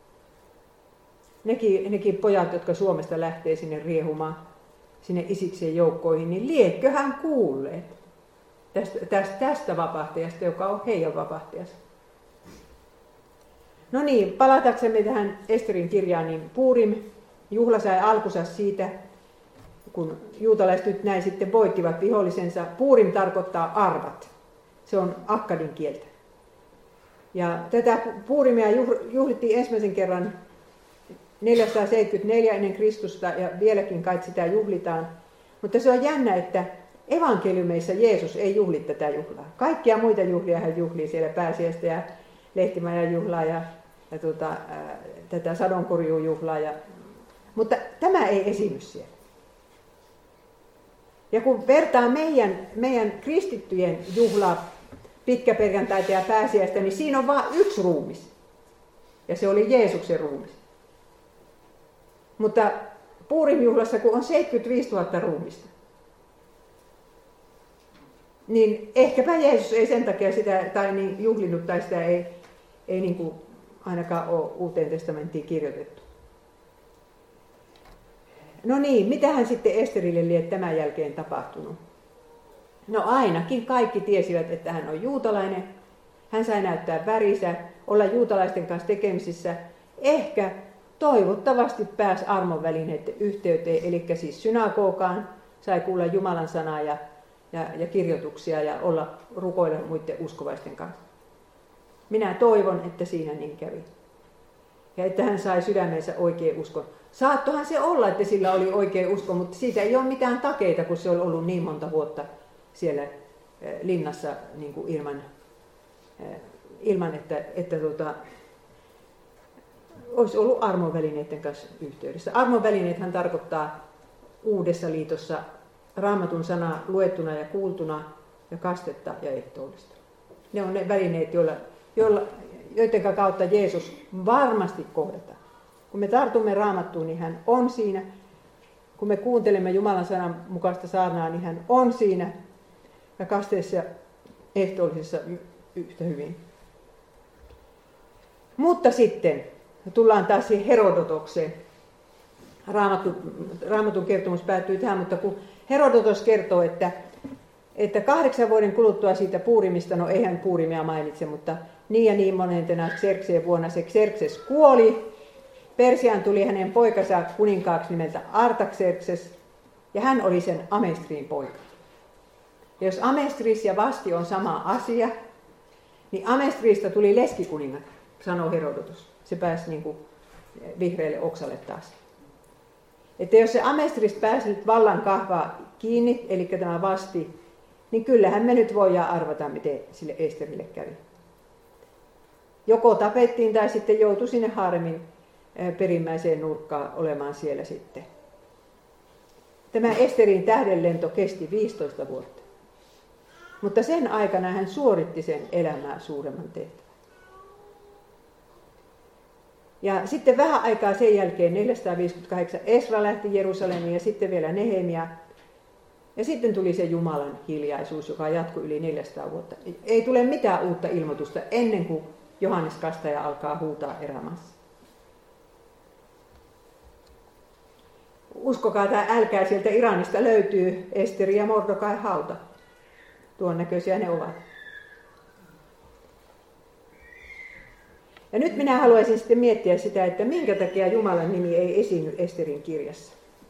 Nekin, nekin pojat, jotka Suomesta lähtee sinne riehumaan, sinne Isiksen joukkoihin, niin liekköhän kuulleet tästä, tästä, tästä vapahtajasta, joka on heidän vapahtajansa. No niin, palataksemme tähän Esterin kirjaan, niin Puurim juhla sai alkunsa siitä, kun juutalaiset nyt näin sitten voittivat vihollisensa. Puurim tarkoittaa arvat. Se on akkadin kieltä. Ja tätä Puurimia juhlittiin ensimmäisen kerran neljäsataaseitsemänkymmentäneljä ennen Kristusta ja vieläkin kai sitä juhlitaan. Mutta se on jännä, että evankeliumeissa Jeesus ei juhli tätä juhlaa. Kaikkia muita juhlia hän juhlii siellä pääsiäistä ja lehtimajan juhlaa ja, ja tuota, ää, tätä sadonkorjuujuhlaa. Ja, mutta tämä ei esiinny siellä. Ja kun vertaa meidän, meidän kristittyjen juhlaa, pitkäperjantaita ja pääsiäistä, niin siinä on vain yksi ruumis. Ja se oli Jeesuksen ruumis. Mutta Puurim-juhlassa, kun on seitsemänkymmentäviisituhatta ruumista, niin ehkäpä Jeesus ei sen takia sitä tai niin juhlinut tai sitä ei, ei niin kuin ainakaan ole Uuteen testamenttiin kirjoitettu. No niin, mitähän sitten Esterille lie tämän jälkeen tapahtunut? No ainakin kaikki tiesivät, että hän on juutalainen. Hän sai näyttää värinsä, olla juutalaisten kanssa tekemisissä. Ehkä toivottavasti pääsi armonvälineiden yhteyteen, eli siis synagogaan, sai kuulla Jumalan sanaa ja, ja, ja kirjoituksia ja olla rukoilla muiden uskovaisten kanssa. Minä toivon, että siinä niin kävi. Ja että hän sai sydämensä oikein uskon. Saattohan se olla, että sillä oli oikein usko, mutta siitä ei ole mitään takeita, kun se on ollut niin monta vuotta siellä linnassa niin kuin ilman, ilman, että, että tuota, olisi ollut armonvälineiden kanssa yhteydessä. Armonvälineethän tarkoittaa Uudessa liitossa Raamatun sanaa luettuna ja kuultuna ja kastetta ja ehtoollista. Ne on ne välineet, joilla, joilla, joiden kautta Jeesus varmasti kohdataan. Kun me tartumme Raamattuun, niin hän on siinä. Kun me kuuntelemme Jumalan sanan mukaista saarnaa, niin hän on siinä. Ja kasteessa ja ehtoollisessa yhtä hyvin. Mutta sitten tullaan taas siihen Herodotokseen. Raamattu, Raamatun kertomus päättyy tähän, mutta kun Herodotos kertoo, että, että kahdeksan vuoden kuluttua siitä Puurimista, no eihän Puurimia mainitse, mutta niin ja niin monentena Xerxeen vuonna se Xerxes kuoli. Persiaan tuli hänen poikansa kuninkaaksi nimeltä Artaxerxes, ja hän oli sen Amestrin poika. Ja jos Amestris ja Vasti on sama asia, niin Amestrista tuli leskikuningat, sanoo Herodotus. Se pääsi niin kuin vihreälle oksalle taas. Että jos se Amestris pääsi nyt vallan kahvaa kiinni, eli tämä Vasti, niin kyllähän me nyt voidaan arvata, miten sille Esterille kävi. Joko tapettiin tai sitten joutui sinne haaremin perimmäiseen nurkkaan olemaan siellä sitten. Tämä Esterin tähdenlento kesti viisitoista vuotta. Mutta sen aikana hän suoritti sen elämää suuremman tehtävän. Ja sitten vähän aikaa sen jälkeen neljäsataaviisikymmentäkahdeksan Esra lähti Jerusalemiin ja sitten vielä Nehemia. Ja sitten tuli se Jumalan hiljaisuus, joka jatkui yli neljäsataa vuotta. Ei tule mitään uutta ilmoitusta ennen kuin Johannes Kastaja alkaa huutaa erämaassa. Uskokaa tai älkää, sieltä Iranista löytyy Esteri ja Mordokai hauta. Tuon näköisiä ne ovat. Ja nyt minä haluaisin sitten miettiä sitä, että minkä takia Jumalan nimi ei esiinny Esterin kirjassa.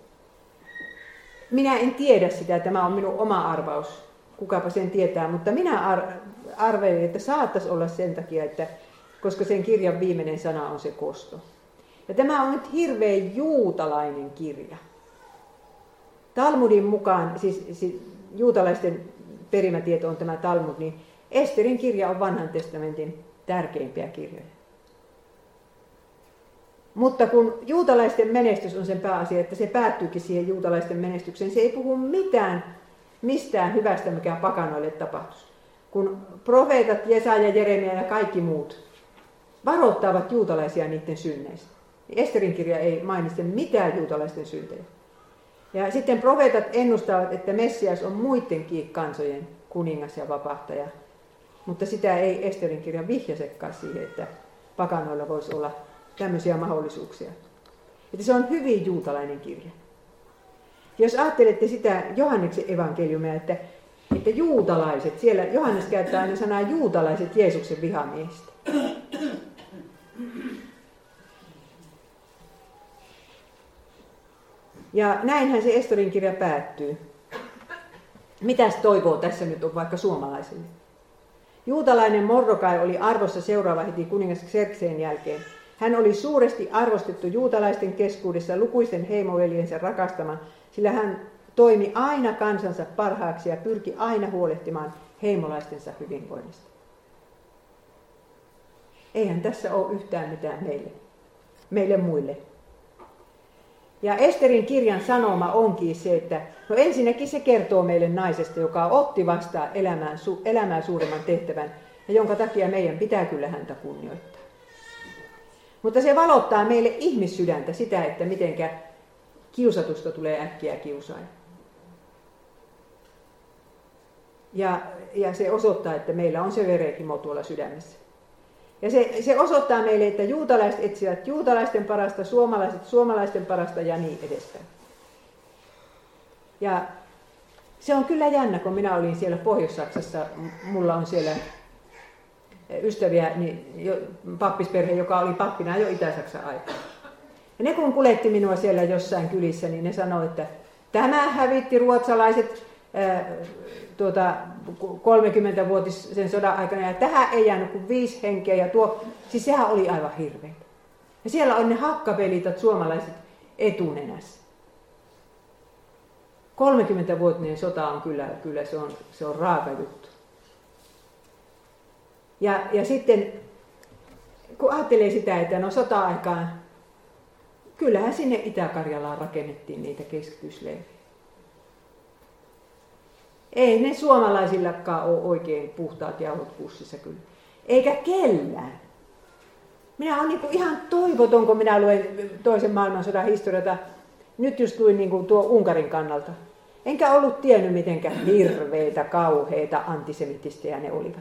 Minä en tiedä sitä, tämä on minun oma arvaus, kukapa sen tietää, mutta minä ar- arvelin, että saattaisi olla sen takia, että koska sen kirjan viimeinen sana on se kosto. Ja tämä on nyt hirveän juutalainen kirja. Talmudin mukaan, siis, siis juutalaisten perimätieto on tämä Talmud, niin Esterin kirja on vanhan testamentin tärkeimpiä kirjoja. Mutta kun juutalaisten menestys on sen pääasia, että se päättyykin siihen juutalaisten menestykseen, se ei puhu mitään mistään hyvästä, mikä pakanoille tapahtuisi. Kun profeetat Jesaja, Jeremia ja kaikki muut varoittavat juutalaisia niiden synneistä, niin Esterin kirja ei mainitse mitään juutalaisten syntejä. Ja sitten profeetat ennustavat, että Messias on muidenkin kansojen kuningas ja vapahtaja, mutta sitä ei Esterin kirja vihjasekaan siihen, että pakanoilla voisi olla tämmöisiä mahdollisuuksia. Että se on hyvin juutalainen kirja. Jos ajattelette sitä Johanneksen evankeliumia, että, että juutalaiset, siellä Johannes käyttää aina sanaa juutalaiset Jeesuksen vihamiehistä. Ja näinhän se Esterin kirja päättyy. Mitäs toivoo tässä nyt on vaikka suomalaisille? Juutalainen Mordokai oli arvossa seuraava heti kuningas Xerxeen jälkeen. Hän oli suuresti arvostettu juutalaisten keskuudessa lukuisten heimoveljensä rakastama, sillä hän toimi aina kansansa parhaaksi ja pyrki aina huolehtimaan heimolaistensa hyvinvoinnista. Eihän tässä ole yhtään mitään meille, meille muille. Ja Esterin kirjan sanoma onkin se, että no ensinnäkin se kertoo meille naisesta, joka otti vastaan elämään, su, elämään suuremman tehtävän ja jonka takia meidän pitää kyllä häntä kunnioittaa. Mutta se valottaa meille ihmissydäntä sitä, että mitenkä kiusatusta tulee äkkiä kiusaaja. Ja, ja se osoittaa, että meillä on se verenhimo tuolla sydämessä. Ja se, se osoittaa meille, että juutalaiset etsivät juutalaisten parasta, suomalaiset suomalaisten parasta ja niin edespäin. Ja se on kyllä jännä, kun minä olin siellä Pohjois-Saksassa, mulla on siellä ystäviä, niin jo, pappisperhe, joka oli pappina jo Itä-Saksan aikaa. Ja ne kun kuljetti minua siellä jossain kylissä, niin ne sanoi, että tämä hävitti ruotsalaiset ää, tuota, kolmekymmentävuotisen sodan aikana, ja tähän ei jäänyt kuin viisi henkeä, ja tuo, siis sehän oli aivan hirveä. Ja siellä on ne hakkapelitat suomalaiset etunenässä. kolmekymmentävuotinen sota on kyllä, kyllä se on, se on raaka juttu. Ja, ja sitten, kun ajattelee sitä, että no sota-aikaan, kyllähän sinne Itä-Karjalaan rakennettiin niitä keskitysleirejä. Ei ne suomalaisillakaan ole oikein puhtaat jauhot pussissa kyllä. Eikä kellään. Minä olen niinku ihan toivoton, kun minä luen toisen maailmansodan historiata. Nyt just luin niinku tuo Unkarin kannalta. Enkä ollut tiennyt, mitenkä hirveitä, kauheita antisemitistejä ne olivat.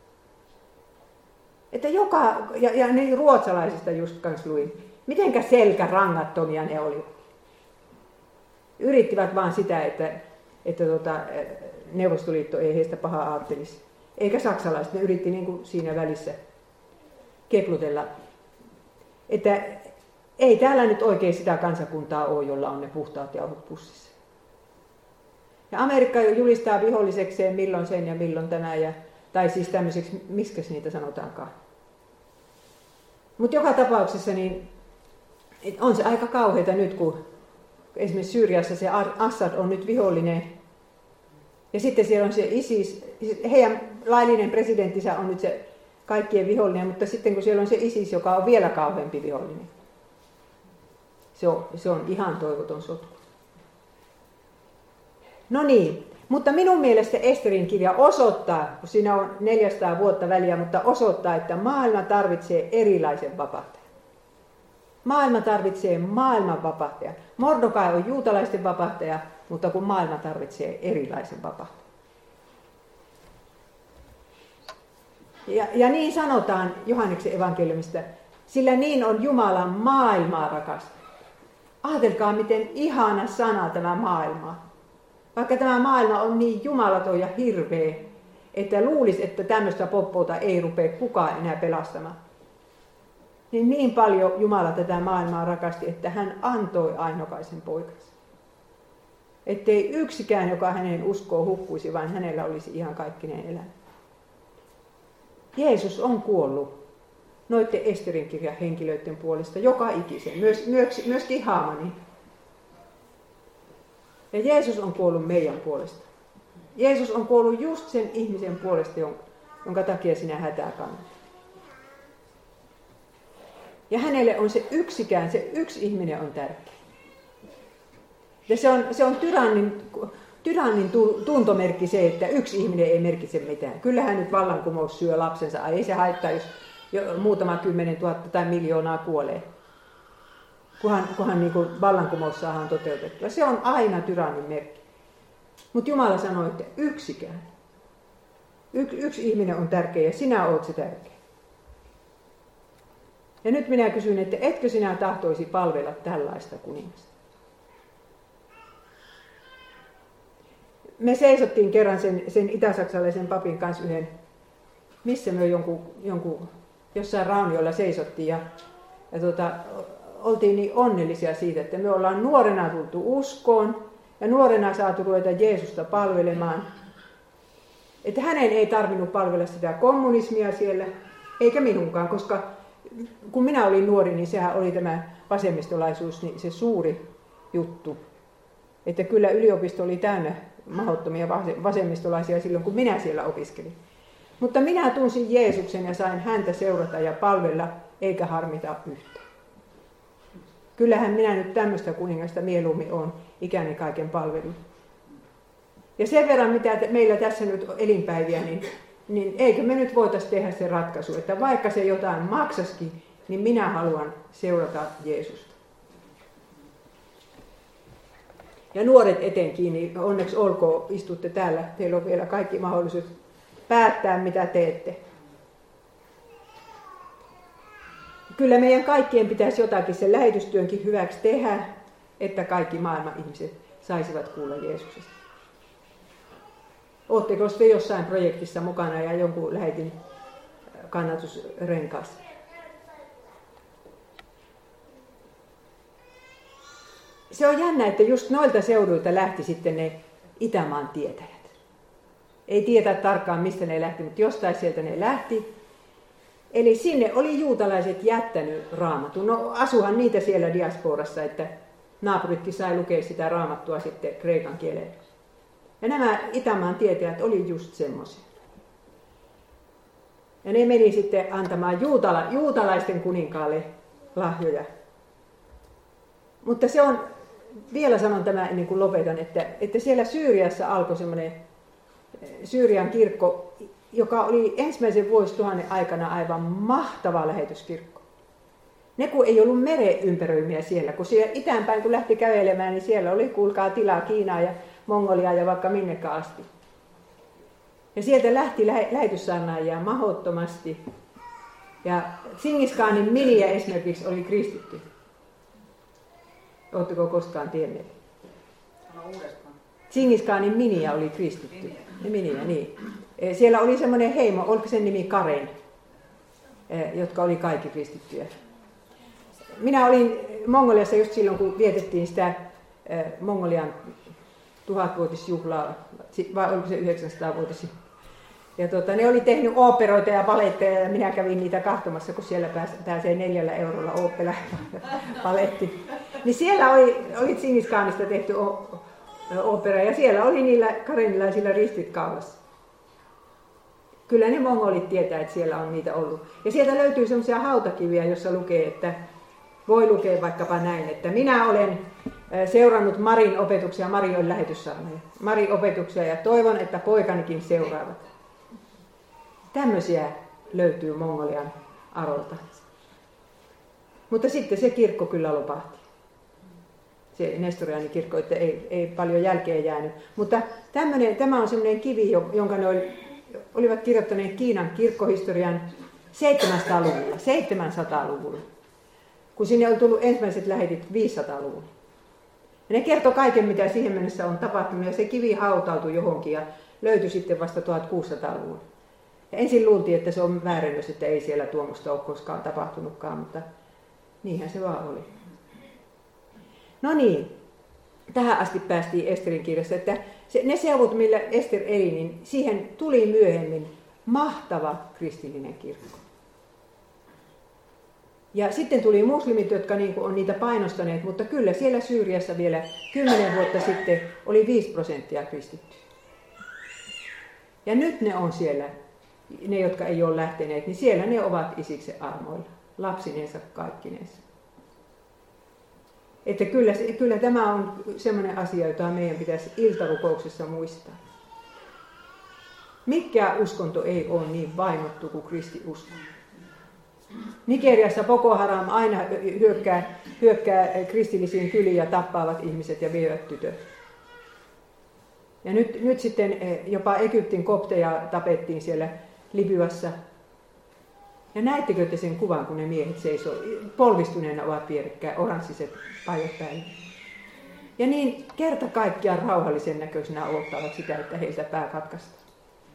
Että joka, ja, ja ne ruotsalaisista just kans luin, mitenkä selkärangattomia ne olivat. Yrittivät vaan sitä, että, että tota, Neuvostoliitto ei heistä pahaa ajattelisi. Eikä saksalaiset, ne yritti niin kuin siinä välissä keplutella. Että ei täällä nyt oikein sitä kansakuntaa ole, jolla on ne puhtaat jauhot pussissa. Ja Amerikka julistaa vihollisekseen milloin sen ja milloin tämä, ja, tai siis tämmöiseksi, miskäs niitä sanotaankaan. Mutta joka tapauksessa niin on se aika kauheata nyt, kun esimerkiksi Syyriassa se Assad on nyt vihollinen. Ja sitten siellä on se ISIS, heidän laillinen presidenttinsä on nyt se kaikkien vihollinen, mutta sitten kun siellä on se ISIS, joka on vielä kauheampi vihollinen. Se on, se on ihan toivoton sotku. No niin, mutta minun mielestä Esterin kirja osoittaa, kun siinä on neljäsataa vuotta väliä, mutta osoittaa, että maailma tarvitsee erilaisen vapahtajan. Maailma tarvitsee maailman vapahtajan. Mordokai on juutalaisten vapahtaja, mutta kun maailma tarvitsee erilaisen vapahtajan. Ja, ja niin sanotaan Johanneksen evankeliumista, sillä niin on Jumalan maailmaa rakastettu. Ajatelkaa, miten ihana sana tämä maailma. Vaikka tämä maailma on niin jumalaton ja hirveä, että luulisi, että tämmöistä poppouta ei rupea kukaan enää pelastamaan. Niin niin paljon Jumala tätä maailmaa rakasti, että hän antoi ainokaisen poikansa. Ettei yksikään, joka hänen uskoo, hukkuisi, vaan hänellä olisi ihan kaikkinen elämä. Jeesus on kuollut noiden Esterin kirjan henkilöiden puolesta joka ikisen, myös, myös, myöskin Haamani. Ja Jeesus on kuollut meidän puolesta. Jeesus on kuollut just sen ihmisen puolesta, jonka takia sinä hätää kannat. Ja hänelle on se yksikään, se yksi ihminen on tärkeä. Ja se on, se on tyrannin, tyrannin tuntomerkki se, että yksi ihminen ei merkitse mitään. Kyllähän nyt vallankumous syö lapsensa. Ai, ei se haittaa, jos jo muutama kymmenen tuhatta tai miljoonaa kuolee. Kunhan, kunhan niin kuin vallankumous saadaan toteutettua. Se on aina tyrannin merkki. Mutta Jumala sanoi, että yksikään. Y, yksi ihminen on tärkeä ja sinä olet se tärkeä. Ja nyt minä kysyn, että etkö sinä tahtoisi palvella tällaista kuningasta? Me seisottiin kerran sen, sen itä-saksalaisen papin kanssa yhden, missä me jonkun, jonkun, jossain raunioilla seisottiin ja, ja tota, oltiin niin onnellisia siitä, että me ollaan nuorena tultu uskoon ja nuorena saatu ruveta Jeesusta palvelemaan. Että hänen ei tarvinnut palvella sitä kommunismia siellä, eikä minunkaan, koska kun minä olin nuori, niin sehän oli tämä vasemmistolaisuus niin se suuri juttu. Että kyllä yliopisto oli täynnä mahdottomia vasemmistolaisia silloin, kun minä siellä opiskelin. Mutta minä tunsin Jeesuksen ja sain häntä seurata ja palvella, eikä harmita yhtään. Kyllähän minä nyt tämmöistä kuningasta mieluummin on ikäni kaiken palvelun. Ja sen verran, mitä meillä tässä nyt on elinpäiviä, niin, niin eikö me nyt voitaisiin tehdä se ratkaisu, että vaikka se jotain maksaskin, niin minä haluan seurata Jeesusta. Ja nuoret etenkin, niin onneksi olkoon, istutte täällä. Teillä on vielä kaikki mahdollisuus päättää, mitä teette. Kyllä meidän kaikkien pitäisi jotakin sen lähetystyönkin hyväksi tehdä, että kaikki maailman ihmiset saisivat kuulla Jeesuksesta. Oletteko te jossain projektissa mukana ja jonkun lähetin kannatusrenkaassa? Se on jännä, että just noilta seuduilta lähti sitten ne Itämaan tietäjät. Ei tiedä tarkkaan, mistä ne lähti, mutta jostain sieltä ne lähti. Eli sinne oli juutalaiset jättänyt raamatun. No asuhan niitä siellä diasporassa, että naapuritkin sai lukea sitä raamattua sitten kreikan kielellä. Ja nämä Itämaan tietäjät oli just semmoisia. Ja ne meni sitten antamaan juutala, juutalaisten kuninkaalle lahjoja. Mutta se on, vielä sanon tämä ennen kuin lopetan, että, että siellä Syyriassa alkoi semmoinen Syyrian kirkko, joka oli ensimmäisen vuosituhannen aikana aivan mahtava lähetyskirkko. Ne kun ei ollut meren ympäröimiä siellä, kun siellä itäänpäin kun lähti kävelemään, niin siellä oli kuulkaa tilaa Kiinaa ja Mongoliaa ja vaikka minnekä asti. Ja sieltä lähti lähetyssaarnaajia mahdottomasti. Ja Tsingiskaanin Miniä esimerkiksi oli kristitty. Oletteko koskaan tienneet? Tsingiskaanin Miniä oli kristitty. Miniä, niin. Siellä oli semmoinen heimo, oliko sen nimi Karen, jotka oli kaikki kristittyjä. Minä olin Mongoliassa just silloin, kun vietettiin sitä Mongolian tuhatvuotisjuhlaa, vai oliko se yhdeksänsataa-vuotisi. Ja tota, ne oli tehnyt oopperoita ja baletteja ja minä kävin niitä katsomassa, kun siellä pääsee neljällä eurolla ooppera baletti. Niin siellä oli, oli Tsingiskaanista tehty ooppera ja siellä oli niillä karenilaisilla ristit kaulassa. Kyllä ne mongolit tietää, että siellä on niitä ollut. Ja sieltä löytyy semmoisia hautakiviä, jossa lukee, että voi lukea vaikkapa näin, että minä olen seurannut Marin opetuksia, Mari on lähetyssaarnaaja, Marin opetuksia ja toivon, että poikanikin seuraavat. Tämmöisiä löytyy Mongolian arolta. Mutta sitten se kirkko kyllä lopahti. Se Nestorianin kirkko, että ei, ei paljon jälkeä jäänyt. Mutta tämä on semmoinen kivi, jonka ne oli, olivat kirjoittaneet Kiinan kirkkohistorian seitsemänsataa-luvulla. seitsemänsataa-luvulla. Kun sinne oli tullut ensimmäiset lähetit viisisataaluvulla. Ja ne kertoi kaiken, mitä siihen mennessä on tapahtunut, ja se kivi hautautui johonkin ja löytyi sitten vasta tuhatkuusisataaluvulla. Ja ensin luultiin, että se on väärennös, että ei siellä tuommoista ole koskaan tapahtunutkaan, mutta niinhän se vaan oli. No niin, tähän asti päästiin Esterin kirjassa, että se, ne seuvut, millä Ester eli, niin siihen tuli myöhemmin mahtava kristillinen kirkko. Ja sitten tuli muslimit, jotka niin kuin on niitä painostaneet, mutta kyllä siellä Syyriassa vielä kymmenen vuotta sitten oli viisi prosenttia kristittyjä. Ja nyt ne on siellä, ne jotka ei ole lähteneet, niin siellä ne ovat Isiksen armoilla. lapsinensa kaikkinensa. Että kyllä, kyllä tämä on sellainen asia, jota meidän pitäisi iltarukouksessa muistaa. Mikään uskonto ei ole niin vainottu kuin kristiusko. Nigeriassa Boko Haram aina hyökkää, hyökkää kristillisiin kyliin ja tappaavat ihmiset ja vievät tytöt. Ja nyt, nyt sitten jopa Egyptin kopteja tapettiin siellä Libyassa. Ja näettekö te sen kuvan, kun ne miehet seisoo, polvistuneena ovat vierekkäin, oranssiset paidat päällä. Ja niin kerta kaikkiaan rauhallisen näköisenä odottavat sitä, että heiltä pää katkaistaan.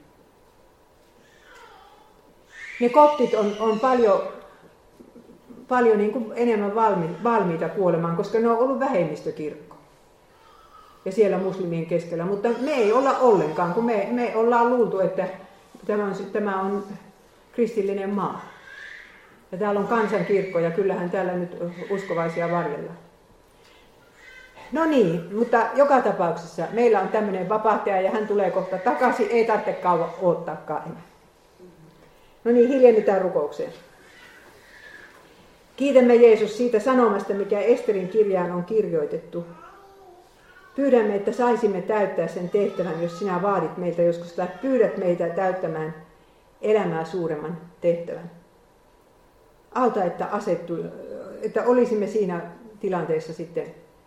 Ne koptit on, on paljon, paljon niin kuin enemmän valmi, valmiita kuolemaan, koska ne on ollut vähemmistökirkko. Ja siellä muslimien keskellä, mutta me ei olla ollenkaan, kun me, me ollaan luultu, että tämä on, tämä on kristillinen maa. Ja täällä on kansankirkko ja kyllähän täällä nyt uskovaisia varjellaan. No niin, mutta joka tapauksessa meillä on tämmöinen vapahtaja ja hän tulee kohta takaisin, ei tarvitse kauan odottaakaan enää. No niin, hiljennytään rukoukseen. Kiitämme Jeesus siitä sanomasta, mikä Esterin kirjaan on kirjoitettu. Pyydämme, että saisimme täyttää sen tehtävän, jos sinä vaadit meiltä joskus tai pyydät meitä täyttämään elämää suuremman tehtävän. Auta, että, asettu, että olisimme siinä tilanteessa sitten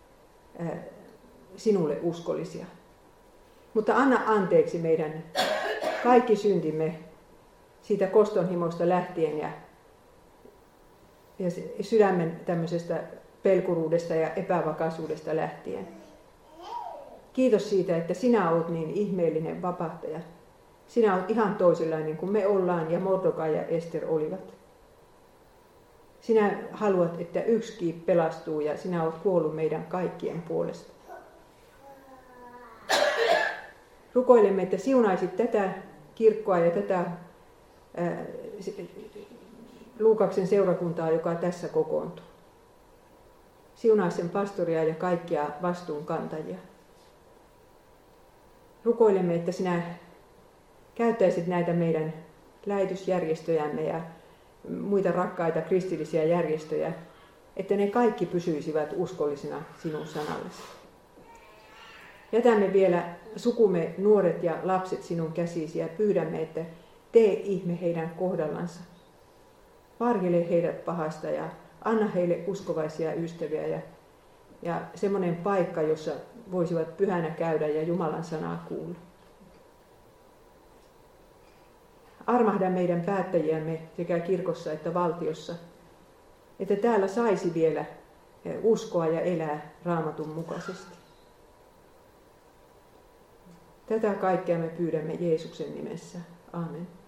sinulle uskollisia. Mutta anna anteeksi meidän kaikki syntimme siitä kostonhimosta lähtien ja, ja sydämen tämmöisestä pelkuruudesta ja epävakaisuudesta lähtien. Kiitos siitä, että sinä olet niin ihmeellinen vapahtaja. Sinä olet ihan toisenlainen kuin me ollaan ja Mordokai ja Ester olivat. Sinä haluat, että yksikin pelastuu ja sinä olet kuollut meidän kaikkien puolesta. Rukoilemme, että siunaisit tätä kirkkoa ja tätä ää, Luukaksen seurakuntaa, joka tässä kokoontuu. Siunaa sen pastoria ja kaikkia vastuunkantajia. Rukoilemme, että sinä käyttäisit näitä meidän lähetysjärjestöjämme ja muita rakkaita kristillisiä järjestöjä, että ne kaikki pysyisivät uskollisina sinun sanallesi. Jätämme vielä sukumme nuoret ja lapset sinun käsisi ja pyydämme, että tee ihme heidän kohdallansa. Varjele heidät pahasta ja anna heille uskovaisia ystäviä ja, ja semmoinen paikka, jossa voisivat pyhänä käydä ja Jumalan sanaa kuulla. Armahda meidän päättäjiämme sekä kirkossa että valtiossa, että täällä saisi vielä uskoa ja elää Raamatun mukaisesti. Tätä kaikkea me pyydämme Jeesuksen nimessä. Amen.